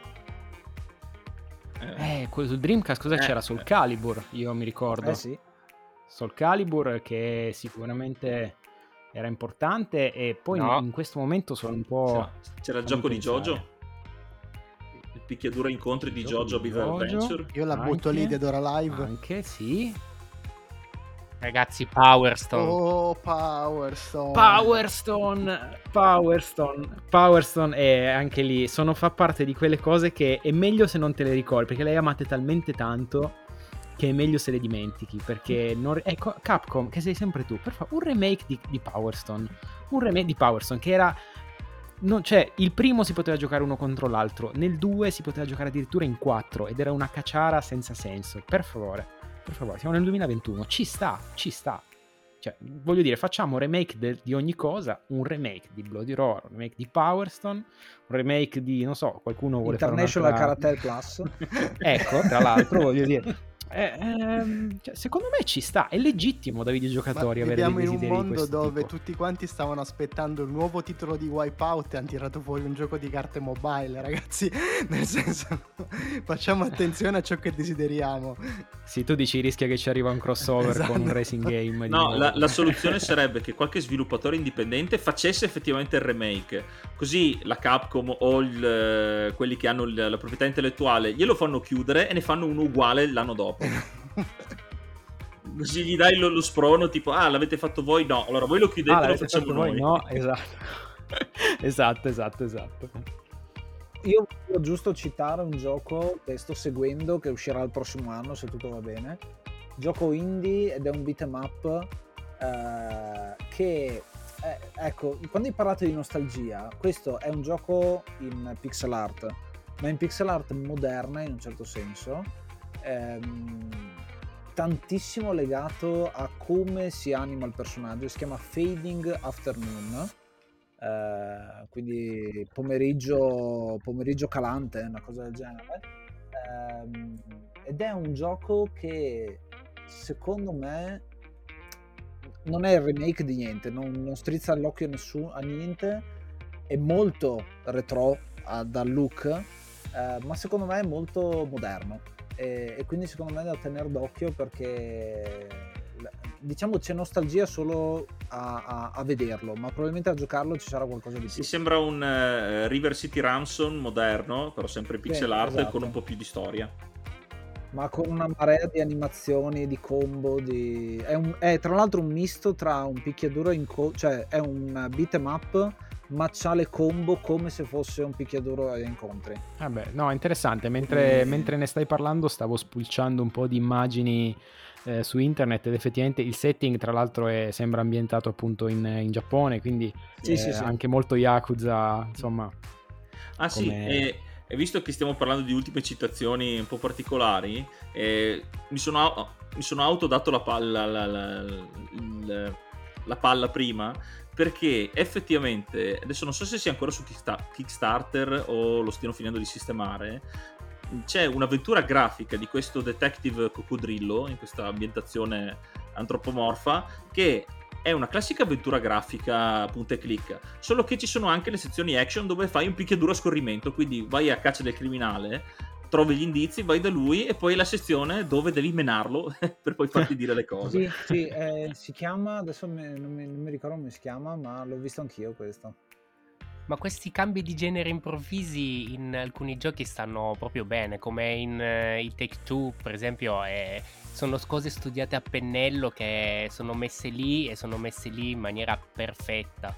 Eh, quello sul Dreamcast cosa Eh, c'era? Soul eh. Calibur, io mi ricordo. Eh sì. Soul Calibur, che sicuramente era importante, e poi No. in questo momento sono un po'... C'era, c'era il fammi gioco di pensare. JoJo, il picchiaduro incontri di Il gioco JoJo di Bizarre JoJo. Adventure. Io la butto Anche. lì, Dead or Alive. Anche, sì. Ragazzi, Power Stone. Oh, Power Stone. Power Stone, Power Stone, Power Stone, e anche lì sono, fa parte di quelle cose che è meglio se non te le ricordi, perché le hai amate talmente tanto che è meglio se le dimentichi, perché non... ecco, Capcom, che sei sempre tu, per favore, un remake di, di Power Stone, un remake di Power Stone, che era... non, cioè, il primo si poteva giocare uno contro l'altro, nel due si poteva giocare addirittura in quattro, ed era una cacciara senza senso. Per favore, per favore, siamo nel duemilaventuno, ci sta, ci sta. Cioè, voglio dire, facciamo un remake de- di ogni cosa, un remake di Bloody Roar, un remake di Power Stone, un remake di, non so, qualcuno vuole International fare un'altra... Karate Plus. Ecco, tra l'altro, voglio dire... Eh, ehm, cioè, secondo me ci sta, è legittimo da videogiocatori Ma avere dei viviamo in un desideri di mondo questo dove tipo. tutti quanti stavano aspettando il nuovo titolo di Wipeout e hanno tirato fuori un gioco di carte mobile, ragazzi. Nel senso, facciamo attenzione a ciò che desideriamo. Sì, tu dici rischia che ci arriva un crossover Esatto. con un racing game. di No, nuovo. la, la soluzione sarebbe che qualche sviluppatore indipendente facesse effettivamente il remake, così la Capcom o il, eh, quelli che hanno il- la proprietà intellettuale glielo fanno chiudere e ne fanno uno uguale l'anno dopo. Così gli dai lo, lo sprono, tipo, ah, l'avete fatto voi? No, allora voi lo chiudete Ah, e lo l'avete facciamo fatto voi? noi. No, esatto. esatto, esatto, esatto. Io voglio giusto citare un gioco che sto seguendo, che uscirà il prossimo anno se tutto va bene. Gioco indie ed è un beat'em up eh, che eh, ecco, quando hai parlato di nostalgia, questo è un gioco in pixel art, ma in pixel art moderna in un certo senso, ehm, tantissimo legato a come si anima il personaggio. Si chiama Fading Afternoon. Uh, quindi pomeriggio pomeriggio calante, una cosa del genere, um, ed è un gioco che secondo me non è il remake di niente, non, non strizza l'occhio a, nessuno, a niente, è molto retro uh, dal look, uh, ma secondo me è molto moderno, e, e quindi secondo me è da tenere d'occhio, perché diciamo c'è nostalgia solo a, a, a vederlo, ma probabilmente a giocarlo ci sarà qualcosa di più. Si sembra un uh, River City Ransom moderno, però sempre pixel Sì, art, esatto. e con un po' più di storia. Ma con una marea di animazioni, di combo, di... È, un, è tra l'altro un misto tra un picchiaduro in co- cioè è un beat'em up, ma c'ha le combo come se fosse un picchiaduro a incontri. Vabbè, no, è interessante. Mentre, E- mentre ne stai parlando stavo spulciando un po' di immagini eh, su internet, ed effettivamente il setting, tra l'altro, è, sembra ambientato appunto in, in Giappone, quindi Sì, eh, sì, sì. anche molto Yakuza, insomma. Ah sì, Come- e, e visto che stiamo parlando di ultime citazioni un po' particolari, eh, mi, sono, au- mi sono autodato la palla, la, la, il- la palla prima, perché effettivamente, adesso non so se sia ancora su Kicksta- Kickstarter o lo stiano finendo di sistemare, c'è un'avventura grafica di questo detective coccodrillo in questa ambientazione antropomorfa, che è una classica avventura grafica punta e clicca, solo che ci sono anche le sezioni action dove fai un picchiaduro a scorrimento, quindi vai a caccia del criminale, trovi gli indizi, vai da lui e poi la sezione dove devi menarlo per poi farti dire le cose. Sì, sì, eh, si chiama, adesso me- non, mi, non mi ricordo come si chiama, ma l'ho visto anch'io questo. Ma questi cambi di genere improvvisi in alcuni giochi stanno proprio bene, come in uh, i Take-Two, per esempio, eh, sono cose studiate a pennello che sono messe lì e sono messe lì in maniera perfetta.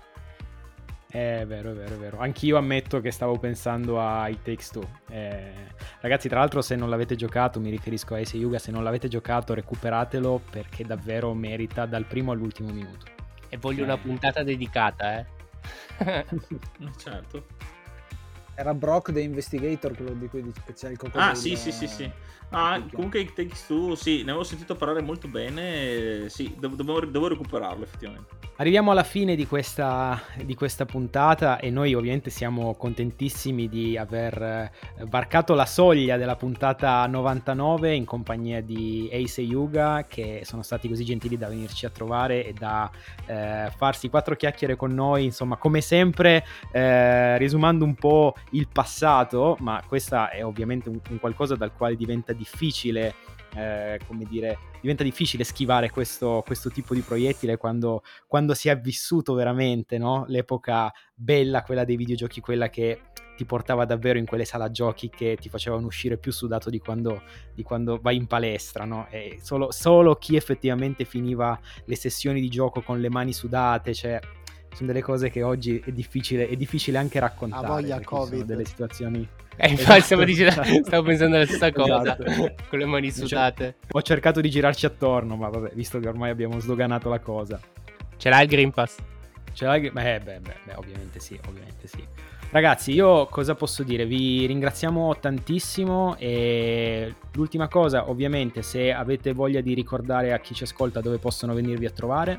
È vero, è vero, è vero. Anch'io ammetto che stavo pensando a It Takes Two. Eh, ragazzi, tra l'altro, se non l'avete giocato, mi riferisco a Ace Yuga, se non l'avete giocato, recuperatelo perché davvero merita dal primo all'ultimo minuto. E voglio Eh. una puntata dedicata, eh. Certo. Era Brock the Investigator, quello di cui dice che c'è il coccodrillo. Ah, sì, sì, sì, sì. Ah, comunque It Takes Two, sì, ne avevo sentito parlare molto bene. Sì, devo, devo, devo recuperarlo effettivamente. Arriviamo alla fine di questa, di questa puntata e noi ovviamente siamo contentissimi di aver eh, varcato la soglia della puntata novantanove in compagnia di Ace e Yuga, che sono stati così gentili da venirci a trovare e da eh, farsi quattro chiacchiere con noi, insomma, come sempre eh, riesumando un po' il passato, ma questa è ovviamente un, un qualcosa dal quale diventa difficile Eh, come dire, diventa difficile schivare questo, questo tipo di proiettile quando, quando si è vissuto veramente, no? L'epoca bella, quella dei videogiochi, quella che ti portava davvero in quelle sala giochi che ti facevano uscire più sudato di quando, di quando vai in palestra, no? E solo, solo chi effettivamente finiva le sessioni di gioco con le mani sudate, cioè sono delle cose che oggi è difficile, è difficile anche raccontare. A voglia perché ci sono Covid. delle situazioni. Eh, infatti stavo, Esatto. dicendo, stavo pensando alla stessa cosa, Esatto. con le mani sudate. Ho cercato di girarci attorno, ma vabbè, visto che ormai abbiamo sdoganato la cosa. Ce l'ha il Green Pass? Ce l'hai? Beh, beh, beh, beh, ovviamente sì, ovviamente sì. Ragazzi, io cosa posso dire? Vi ringraziamo tantissimo e l'ultima cosa, ovviamente, se avete voglia di ricordare a chi ci ascolta dove possono venirvi a trovare.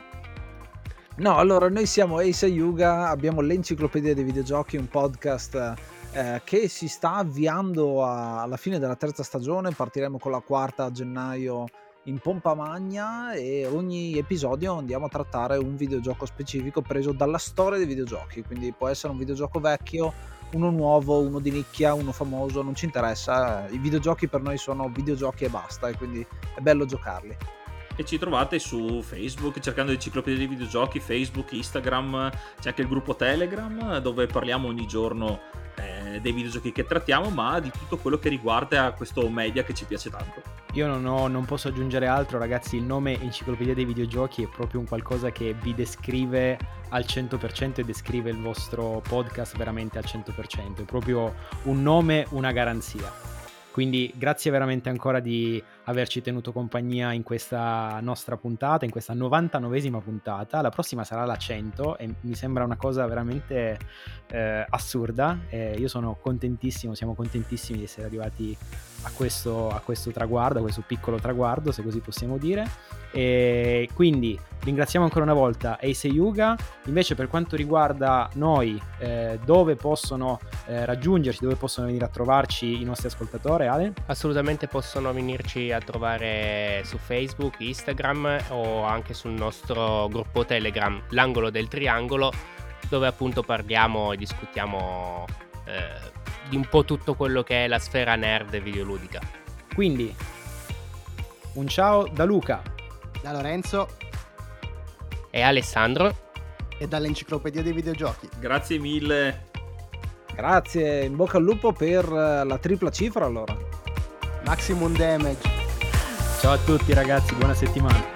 No, allora noi siamo Ace e Yuga, abbiamo l'Enciclopedia dei Videogiochi, un podcast eh, che si sta avviando a- alla fine della terza stagione, partiremo con la quarta a gennaio in pompa magna e ogni episodio andiamo a trattare un videogioco specifico preso dalla storia dei videogiochi, quindi può essere un videogioco vecchio, uno nuovo, uno di nicchia, uno famoso, non ci interessa, i videogiochi per noi sono videogiochi e basta e quindi è bello giocarli. E ci trovate su Facebook cercando Enciclopedia dei Videogiochi, Facebook, Instagram, c'è anche il gruppo Telegram dove parliamo ogni giorno eh, dei videogiochi che trattiamo, ma di tutto quello che riguarda questo media che ci piace tanto. Io non, ho, non posso aggiungere altro, ragazzi, il nome Enciclopedia dei Videogiochi è proprio un qualcosa che vi descrive al cento per cento e descrive il vostro podcast veramente al cento per cento, è proprio un nome, una garanzia. Quindi grazie veramente ancora di averci tenuto compagnia in questa nostra puntata, in questa novantanovesima puntata. La prossima sarà la cento e mi sembra una cosa veramente eh, assurda. Eh, io sono contentissimo, siamo contentissimi di essere arrivati a questo, a questo traguardo, a questo piccolo traguardo, se così possiamo dire. E quindi ringraziamo ancora una volta Ace e Yuga. Invece per quanto riguarda noi, eh, dove possono eh, raggiungerci, dove possono venire a trovarci i nostri ascoltatori, Ale? Assolutamente possono venirci a trovare su Facebook, Instagram o anche sul nostro gruppo Telegram, l'Angolo del Triangolo, dove appunto parliamo e discutiamo eh, di un po' tutto quello che è la sfera nerd videoludica. Quindi un ciao da Luca, Da Lorenzo E Alessandro. e dall'Enciclopedia dei Videogiochi. Grazie mille. Grazie, in bocca al lupo per la tripla cifra allora. Maximum Damage. ciao a tutti ragazzi, buona settimana.